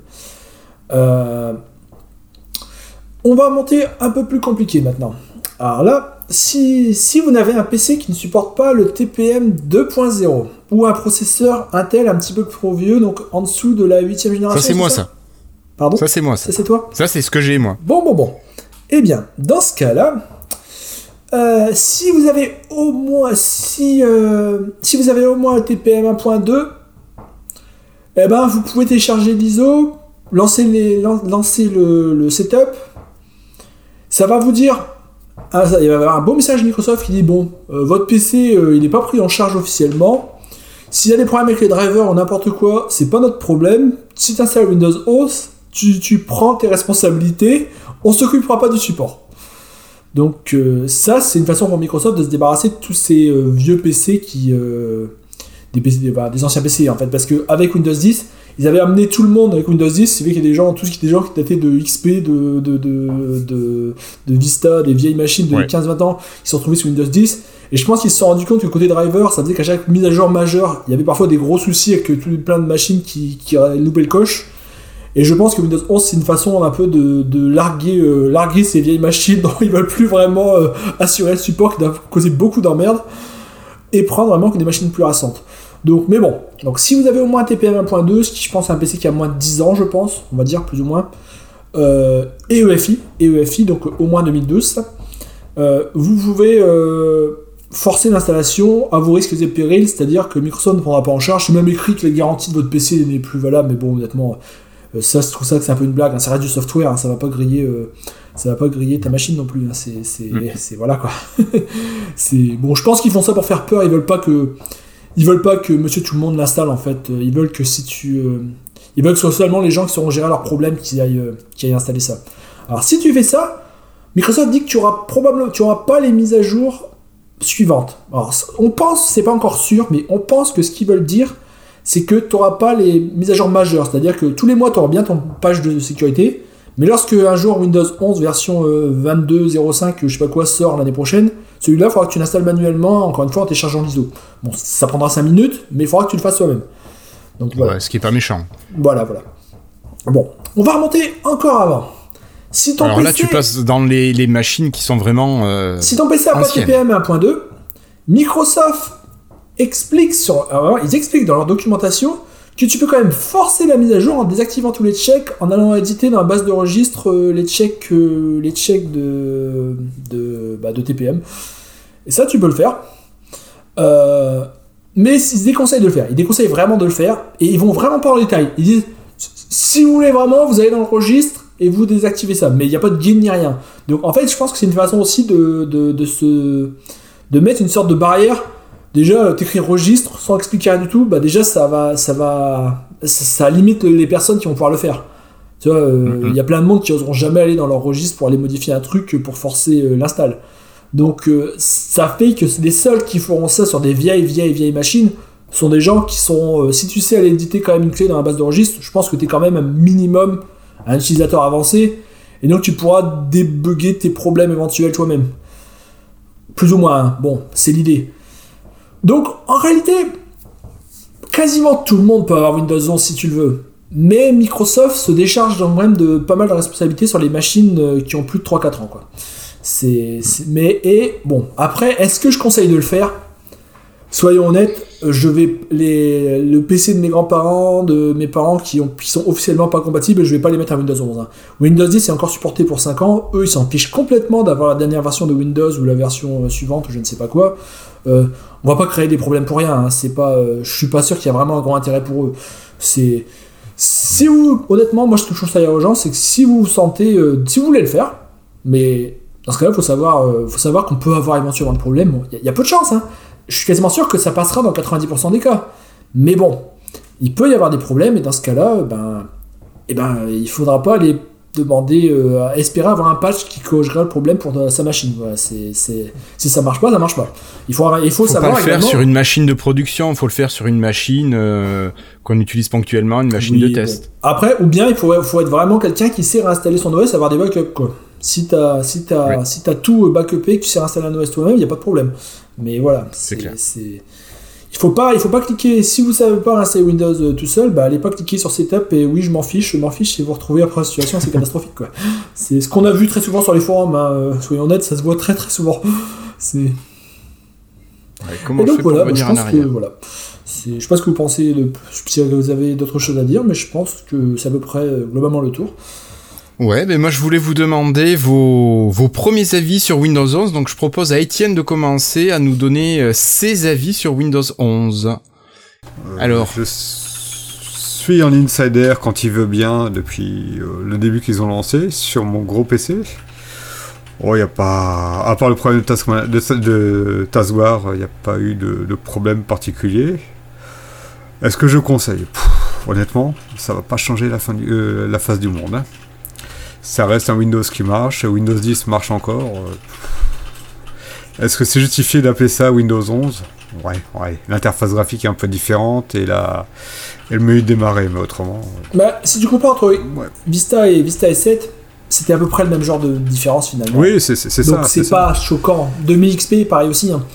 On va monter un peu plus compliqué maintenant. Alors là, si vous n'avez un PC qui ne supporte pas le TPM 2.0 ou un processeur Intel un petit peu trop vieux, donc en dessous de la 8e génération. Ça c'est moi ça. Pardon ? Ça c'est moi ça. Ça c'est toi ? Ça c'est ce que j'ai moi. Bon. Eh bien, dans ce cas-là, si vous avez au moins un TPM 1.2, eh ben vous pouvez télécharger l'ISO, lancer le setup. Ça va vous dire. Il va y avoir un beau message Microsoft qui dit votre PC il n'est pas pris en charge officiellement. S'il y a des problèmes avec les drivers ou n'importe quoi, c'est pas notre problème. Si tu installes Windows 11, tu prends tes responsabilités, on s'occupera pas du support. Donc ça c'est une façon pour Microsoft de se débarrasser de tous ces vieux PC des anciens PC en fait, parce que avec Windows 10 ils avaient amené tout le monde avec Windows 10, c'est vrai qu'il y a des gens qui dataient de XP, de Vista, des vieilles machines de 15-20 ans, qui se sont retrouvés sur Windows 10, et je pense qu'ils se sont rendus compte que côté driver, ça faisait qu'à chaque mise à jour majeure, il y avait parfois des gros soucis avec plein de machines qui loupaient le coche, et je pense que Windows 11 c'est une façon un peu de larguer ces vieilles machines dont ils veulent plus vraiment assurer le support, qui doit causer beaucoup d'emmerdes, et prendre vraiment que des machines plus récentes. Donc si vous avez au moins un TPM 1.2, ce qui je pense est un PC qui a moins de 10 ans, je pense, on va dire plus ou moins, et EFI, donc au moins 2012, vous pouvez forcer l'installation à vos risques et périls, c'est-à-dire que Microsoft ne prendra pas en charge. C'est même écrit que la garantie de votre PC n'est plus valable, mais bon, honnêtement, ça, je trouve ça que c'est un peu une blague, hein. Ça reste du software, hein, ça va pas griller ta machine non plus, hein. C'est voilà quoi. Je pense qu'ils font ça pour faire peur, ils veulent pas que monsieur tout le monde l'installe en fait, ils veulent que ils veulent que ce soit seulement les gens qui sauront gérer leurs problèmes qui aillent installer ça. Alors si tu fais ça, Microsoft dit que tu auras pas les mises à jour suivantes. Alors on pense, c'est pas encore sûr, mais on pense que ce qu'ils veulent dire, c'est que tu n'auras pas les mises à jour majeures, c'est-à-dire que tous les mois tu auras bien ton patch de sécurité, mais lorsque un jour Windows 11 version 22.05, je sais pas quoi, sort l'année prochaine, celui-là il faudra que tu l'installes manuellement, encore une fois en téléchargeant l'ISO. Bon, ça prendra 5 minutes, mais il faudra que tu le fasses toi-même. Donc, voilà. Ouais, ce qui est pas méchant. Voilà. Bon, on va remonter encore avant. Si ton Alors PC... là, tu passes dans les machines qui sont vraiment si ton PC n'a pas TPM 1.2, Microsoft explique ils expliquent dans leur documentation que tu peux quand même forcer la mise à jour en désactivant tous les checks, en allant éditer dans la base de registre les checks de TPM. Et ça, tu peux le faire. Mais ils déconseillent de le faire. Ils déconseillent vraiment de le faire. Et ils vont vraiment pas en détail. Ils disent, si vous voulez vraiment, vous allez dans le registre et vous désactivez ça. Mais il n'y a pas de guide ni rien. Donc en fait, je pense que c'est une façon aussi de mettre une sorte de barrière. Déjà, t'écris registre sans expliquer rien du tout, bah déjà ça limite les personnes qui vont pouvoir le faire. Tu vois, y a plein de monde qui oseront jamais aller dans leur registre pour aller modifier un truc pour forcer l'install. Donc ça fait que les seuls qui feront ça sur des vieilles machines sont des gens qui sont... si tu sais aller éditer quand même une clé dans la base de registre, je pense que t'es quand même un minimum un utilisateur avancé, et donc tu pourras débugger tes problèmes éventuels toi-même. Plus ou moins, hein. Bon, c'est l'idée. Donc, en réalité, quasiment tout le monde peut avoir Windows 11 si tu le veux. Mais Microsoft se décharge quand même de pas mal de responsabilités sur les machines qui ont plus de 3-4 ans, quoi. Bon, après, est-ce que je conseille de le faire ? Soyons honnêtes, le PC de mes grands-parents, de mes parents qui sont officiellement pas compatibles, je vais pas les mettre à Windows 11. Hein. Windows 10 est encore supporté pour 5 ans. Eux, ils s'en fichent complètement d'avoir la dernière version de Windows ou la version suivante ou je ne sais pas quoi. On va pas créer des problèmes pour rien. Hein. Je suis pas sûr qu'il y a vraiment un grand intérêt pour eux. Honnêtement, moi, ce que je conseille aux gens, c'est que si vous vous sentez, si vous voulez le faire, mais dans ce cas-là, faut savoir qu'on peut avoir éventuellement des problèmes. Il y a peu de chance, hein. Je suis quasiment sûr que ça passera dans 90% des cas. Mais bon, il peut y avoir des problèmes, et dans ce cas-là, il faudra pas aller demander, espérer avoir un patch qui corrigera le problème pour sa machine. Voilà, si ça marche pas, ça marche pas. Il faut savoir pas le faire également... sur une machine de production, il faut le faire sur une machine qu'on utilise ponctuellement, une machine de test. Bon. Après, ou bien il faut être vraiment quelqu'un qui sait réinstaller son OS, avoir des backups, quoi. Si t'as tout backupé, que tu sais réinstaller un OS toi-même, il n'y a pas de problème. Mais voilà, c'est clair. Il faut pas cliquer, si vous savez pas installer Windows tout seul, allez pas cliquer sur Setup et oui, je m'en fiche si vous retrouvez après la situation, c'est catastrophique, quoi. C'est ce qu'on a vu très souvent sur les forums, hein. Soyons honnêtes, ça se voit très très souvent. Ouais, comment et donc voilà, je pense que voilà. Je sais pas ce que vous pensez, si vous avez d'autres choses à dire, mais je pense que c'est à peu près globalement le tour. Ouais, mais moi je voulais vous demander vos premiers avis sur Windows 11, donc je propose à Étienne de commencer à nous donner ses avis sur Windows 11. Alors, je suis en insider quand il veut bien depuis le début qu'ils ont lancé sur mon gros PC. Oh, y a pas, à part le problème de Taskbar, il n'y a pas eu de problème particulier. Est-ce que je conseille ? Honnêtement, ça va pas changer la face du monde, hein. Ça reste un Windows qui marche, Windows 10 marche encore. Est-ce que c'est justifié d'appeler ça Windows 11 ? Ouais. L'interface graphique est un peu différente et le menu de démarrer, mais autrement... si tu compares entre Vista et 7, c'était à peu près le même genre de différence finalement. Oui, c'est ça. Donc c'est pas choquant. 2000 XP, pareil aussi. Hein.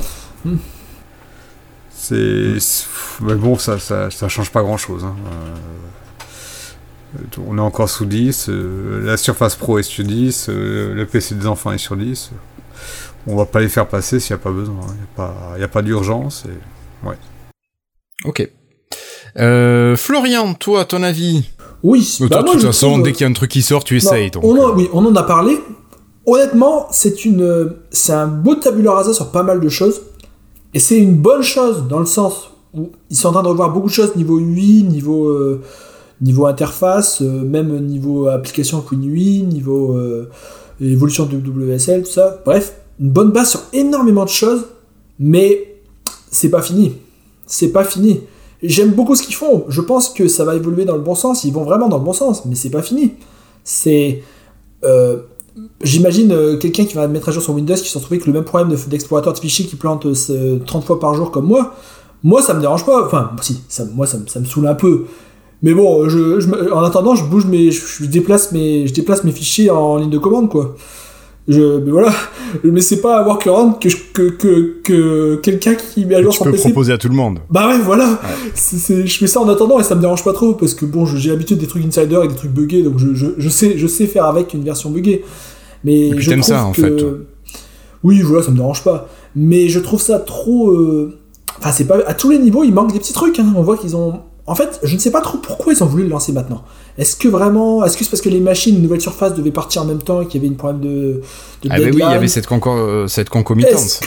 Mais bon, ça change pas grand-chose. Hein. On est encore sous 10, la Surface Pro est sur 10, le PC des enfants est sur 10. On va pas les faire passer s'il n'y a pas besoin. Il n'y a pas d'urgence. Ouais. Ok. Florian, toi, ton avis ? Oui. Toi, de toute façon, dès qu'il y a un truc qui sort, tu essayes. On en a parlé. Honnêtement, c'est un beau tabula rasa sur pas mal de choses. Et c'est une bonne chose dans le sens où ils sont en train de revoir beaucoup de choses niveau UI, niveau interface, même niveau application QuickUI, niveau évolution de WSL, tout ça. Bref, une bonne base sur énormément de choses, mais c'est pas fini. J'aime beaucoup ce qu'ils font. Je pense que ça va évoluer dans le bon sens. Ils vont vraiment dans le bon sens, mais c'est pas fini. J'imagine quelqu'un qui va mettre à jour son Windows qui se retrouve avec le même problème d'explorateur de fichiers qui plante 30 fois par jour comme moi. Moi, ça me dérange pas. Enfin, si, ça me saoule un peu. Mais bon, en attendant, je déplace mes fichiers en ligne de commande, quoi. Mais voilà. Mais c'est pas à workaround que quelqu'un qui met à jour son PC. Tu peux proposer à tout le monde. Bah ouais, voilà. Ouais. Je fais ça en attendant et ça me dérange pas trop parce que bon, j'ai l'habitude des trucs insider et des trucs buggés, donc je sais faire avec une version buggée. Mais je trouve ça, en fait. Oui, voilà, ça me dérange pas. Mais je trouve ça trop. Enfin, c'est pas à tous les niveaux, il manque des petits trucs. Hein. On voit qu'ils ont. En fait, je ne sais pas trop pourquoi ils ont voulu le lancer maintenant. Est-ce que c'est parce que les machines, nouvelle surface, devaient partir en même temps et qu'il y avait une problème de deadline? Oui, il y avait cette concomitance.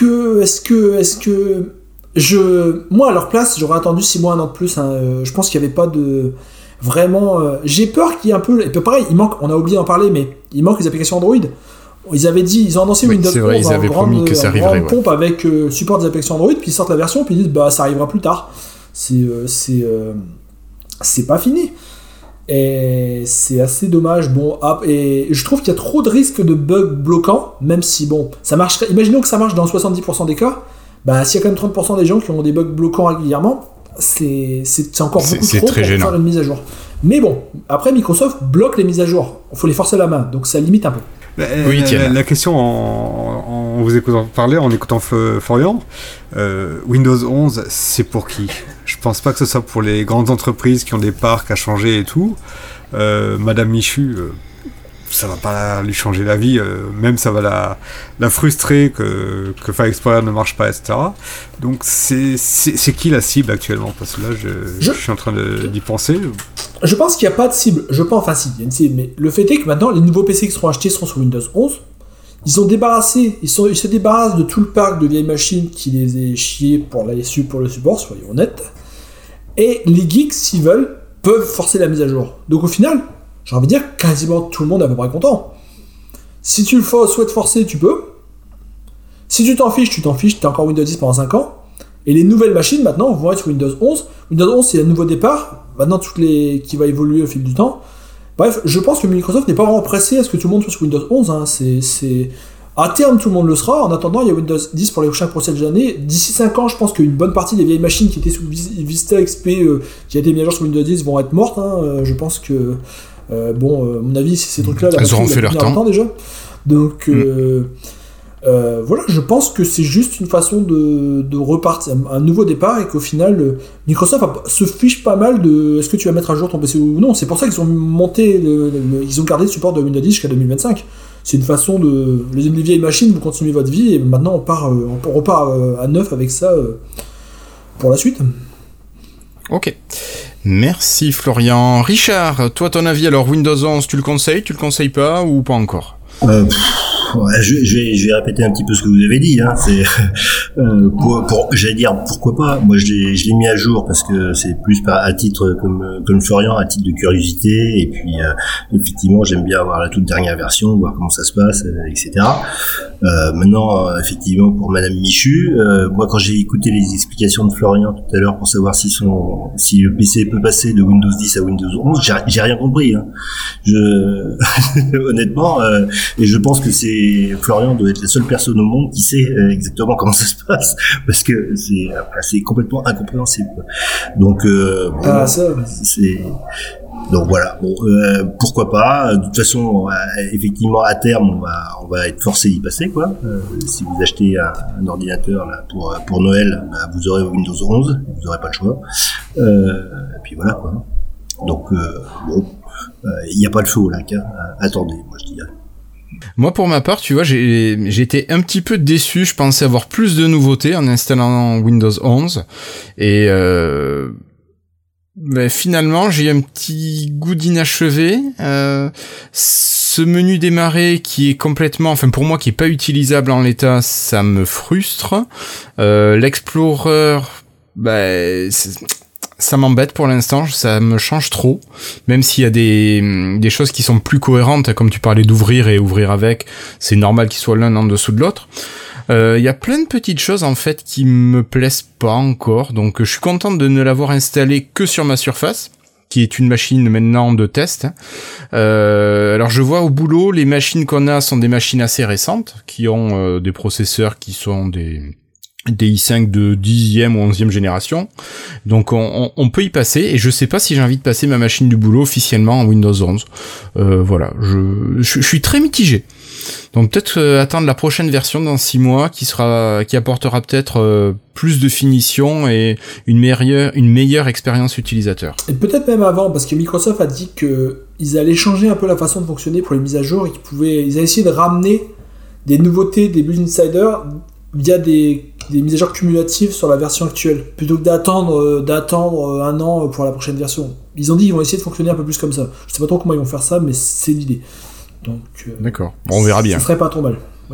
Moi, à leur place, j'aurais attendu 6 mois, 1 an de plus. Hein. Je pense qu'il n'y avait pas de... Vraiment... J'ai peur qu'il y ait un peu... Et puis pareil, on a oublié d'en parler, mais il manque les applications Android. Ils ont annoncé Windows 11 en grande pompe avec support des applications Android, puis ils sortent la version, puis ils disent ça arrivera plus tard. C'est pas fini. Et c'est assez dommage. Bon, et je trouve qu'il y a trop de risques de bugs bloquants, même si bon, ça marcherait. Imaginons que ça marche dans 70% des cas. S'il y a quand même 30% des gens qui ont des bugs bloquants régulièrement, c'est encore beaucoup trop pour faire une mise à jour. Mais bon, après Microsoft bloque les mises à jour. Il faut les forcer à la main, donc ça limite un peu. Oui, la question en vous écoutant parler, en écoutant Florian, Windows 11, c'est pour qui ? Je pense pas que ce soit pour les grandes entreprises qui ont des parcs à changer et tout. Madame Michu, ça va pas lui changer la vie, même ça va la frustrer que File Explorer ne marche pas, etc. Donc c'est qui la cible actuellement ? Parce que là, je suis en train d'y penser. Je pense qu'il n'y a pas de cible. Il y a une cible, mais le fait est que maintenant, les nouveaux PC qui seront achetés seront sur Windows 11. Ils se débarrassent de tout le parc de vieilles machines qui les est chiés pour le support, soyons honnêtes. Et les geeks, s'ils veulent, peuvent forcer la mise à jour. Donc au final, j'ai envie de dire quasiment tout le monde est à peu près content. Si tu souhaites forcer, tu peux. Si tu t'en fiches, t'as encore Windows 10 pendant 5 ans. Et les nouvelles machines, maintenant, vont être sur Windows 11. Windows 11, c'est un nouveau départ. Maintenant, qui va évoluer au fil du temps. Bref, je pense que Microsoft n'est pas vraiment pressé à ce que tout le monde soit sur Windows 11. Hein. À terme, tout le monde le sera. En attendant, il y a Windows 10 pour les prochaines années. D'ici 5 ans, je pense qu'une bonne partie des vieilles machines qui étaient sous Vista XP, qui a été mis à jour sur Windows 10, vont être mortes. Hein. Je pense que... à mon avis, ces trucs-là... Elles auront fait leur temps déjà. Donc... voilà, je pense que c'est juste une façon de repartir, un nouveau départ, et qu'au final, Microsoft se fiche pas mal de est-ce que tu vas mettre à jour ton PC ou non. C'est pour ça qu'ils ont monté, ils ont gardé le support de Windows 10 jusqu'à 2025. C'est une façon de... Les vieilles machines, vous continuez votre vie, et maintenant on repart à neuf avec ça pour la suite. Ok. Merci Florian. Richard, toi ton avis, alors Windows 11, tu le conseilles pas ou pas encore ? Je vais répéter un petit peu ce que vous avez dit. Hein. C'est j'allais dire pourquoi pas. Moi, je l'ai mis à jour parce que c'est plus à titre comme Florian, à titre de curiosité. Et puis effectivement, j'aime bien avoir la toute dernière version, voir comment ça se passe, etc. Maintenant, effectivement, pour Madame Michu, moi, quand j'ai écouté les explications de Florian tout à l'heure pour savoir si le PC peut passer de Windows 10 à Windows 11, j'ai rien compris. Hein. Honnêtement, et je pense que Florian doit être la seule personne au monde qui sait exactement comment ça se passe, parce que c'est complètement incompréhensible. Donc donc voilà. Bon, pourquoi pas. De toute façon, effectivement, à terme, on va être forcé d'y passer, quoi. Si vous achetez un ordinateur là pour Noël, vous aurez Windows 11, vous n'aurez pas le choix. Et puis voilà, quoi. Donc bon, il n'y a pas de feu au lac. Hein. Attendez, moi je dis. Moi, pour ma part, tu vois, j'ai été un petit peu déçu. Je pensais avoir plus de nouveautés en installant Windows 11. Et finalement, j'ai un petit goût d'inachevé. Ce menu démarrer qui est complètement... Enfin, pour moi, qui est pas utilisable en l'état, ça me frustre. L'Explorer... ça m'embête pour l'instant, ça me change trop, même s'il y a des choses qui sont plus cohérentes, comme tu parlais d'ouvrir et ouvrir avec, c'est normal qu'ils soient l'un en dessous de l'autre. Il y a plein de petites choses en fait qui me plaisent pas encore, donc je suis content de ne l'avoir installé que sur ma Surface, qui est une machine maintenant de test. Alors je vois au boulot, les machines qu'on a sont des machines assez récentes, qui ont des processeurs qui sont des i5 de 10e ou 11e génération. Donc on peut y passer, et je sais pas si j'ai envie de passer ma machine du boulot officiellement en Windows 11. Voilà, je suis très mitigé. Donc peut-être attendre la prochaine version dans 6 mois qui apportera peut-être plus de finition et une meilleure expérience utilisator. Et peut-être même avant, parce que Microsoft a dit qu'ils allaient changer un peu la façon de fonctionner pour les mises à jour et ils allaient essayer de ramener des nouveautés des Build Insider via des mises à jour cumulatives sur la version actuelle, plutôt que d'attendre un an pour la prochaine version. Ils ont dit qu'ils vont essayer de fonctionner un peu plus comme ça. Je sais pas trop comment ils vont faire ça, mais c'est l'idée. Donc, d'accord. Bon, on verra bien. Ça serait pas trop mal. Oui.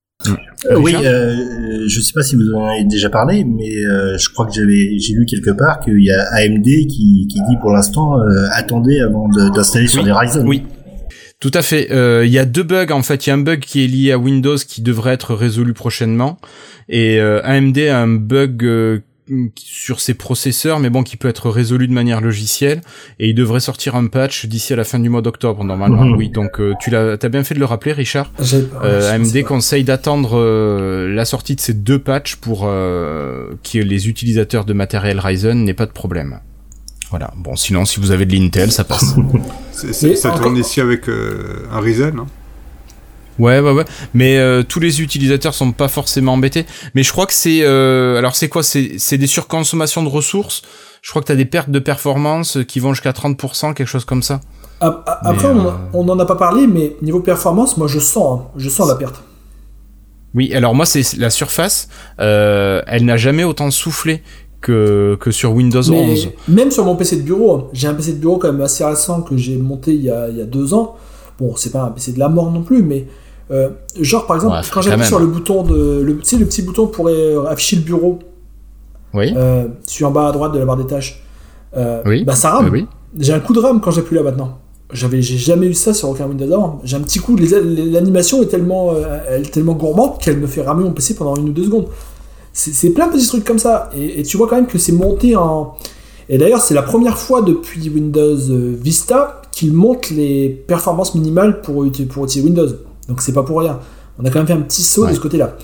Oui, je sais pas si vous en avez déjà parlé, mais je crois que j'ai lu quelque part qu'il y a AMD qui dit pour l'instant attendez avant d'installer sur des Ryzen. Oui. Tout à fait. Il y a 2 bugs en fait. Il y a un bug qui est lié à Windows qui devrait être résolu prochainement, et AMD a un bug sur ses processeurs, mais bon, qui peut être résolu de manière logicielle, et il devrait sortir un patch d'ici à la fin du mois d'octobre normalement. Oui, donc t'as bien fait de le rappeler, Richard. AMD conseille d'attendre la sortie de ces 2 patchs pour que les utilisateurs de matériel Ryzen n'aient pas de problème. Voilà. Bon, sinon, si vous avez de l'Intel, ça passe. Ça tourne ici avec un Ryzen, hein. Ouais. Mais tous les utilisateurs sont pas forcément embêtés. Mais je crois que c'est... alors c'est quoi ? C'est des surconsommations de ressources. Je crois que t'as des pertes de performance qui vont jusqu'à 30%, quelque chose comme ça. Après, on n'en a pas parlé, mais niveau performance, moi je sens la perte. Oui, alors moi c'est la Surface. Elle n'a jamais autant soufflé que sur Windows 11. Même sur mon PC de bureau, j'ai un PC de bureau quand même assez récent que j'ai monté il y a 2 ans. Bon, c'est pas un PC de la mort non plus, mais genre par exemple, quand j'appuie sur le bouton le petit bouton pour afficher le bureau, oui, sur en bas à droite de la barre des tâches, oui, bah ça rame. Oui. J'ai un coup de rame quand j'appuie là maintenant. J'ai jamais eu ça sur aucun Windows avant. J'ai un petit coup, l'animation est tellement gourmande qu'elle me fait ramer mon PC pendant 1 ou 2 secondes. C'est plein de petits trucs comme ça, et tu vois quand même que c'est monté en... Et d'ailleurs, c'est la première fois depuis Windows Vista qu'il monte les performances minimales pour utiliser Windows. Donc c'est pas pour rien. On a quand même fait un petit saut de ce côté-là.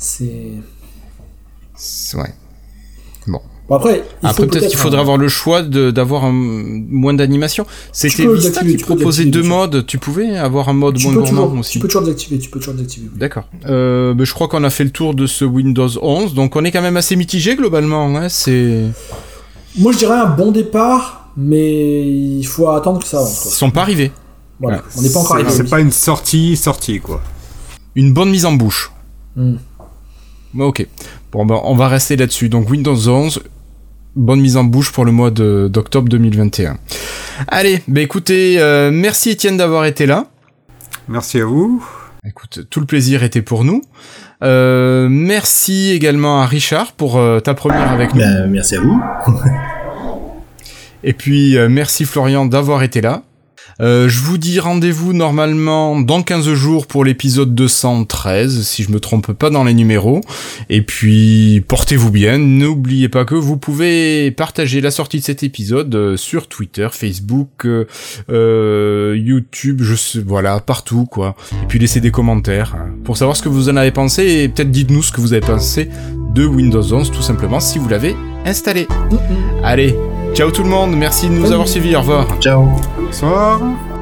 Ouais. Bon. Après peut-être qu'il faudrait avoir le choix d'avoir moins d'animation. C'était Vista qui proposait 2 modes. Tu pouvais avoir un mode moins gourmand aussi. Tu peux toujours désactiver. D'accord. Je crois qu'on a fait le tour de ce Windows 11. Donc on est quand même assez mitigé globalement. Hein. Moi je dirais un bon départ, mais il faut attendre que ça avance. Ils sont pas arrivés. Voilà. On n'est pas encore arrivé. C'est pas une sortie quoi. Une bonne mise en bouche. Ok. Bon, on va rester là-dessus. Donc Windows 11, bonne mise en bouche pour le mois d'octobre 2021. Allez, écoutez, merci Étienne d'avoir été là. Merci à vous. Écoute, tout le plaisir était pour nous. Merci également à Richard pour ta première avec nous. Merci à vous. Et puis merci Florian d'avoir été là. Je vous dis rendez-vous normalement dans 15 jours pour l'épisode 213, si je me trompe pas dans les numéros. Et puis, portez-vous bien. N'oubliez pas que vous pouvez partager la sortie de cet épisode sur Twitter, Facebook, YouTube, voilà, partout, quoi. Et puis, laissez des commentaires pour savoir ce que vous en avez pensé, et peut-être dites-nous ce que vous avez pensé de Windows 11, tout simplement, si vous l'avez installé. Allez, ciao tout le monde, merci de nous avoir suivis, au revoir. Ciao. Bonsoir.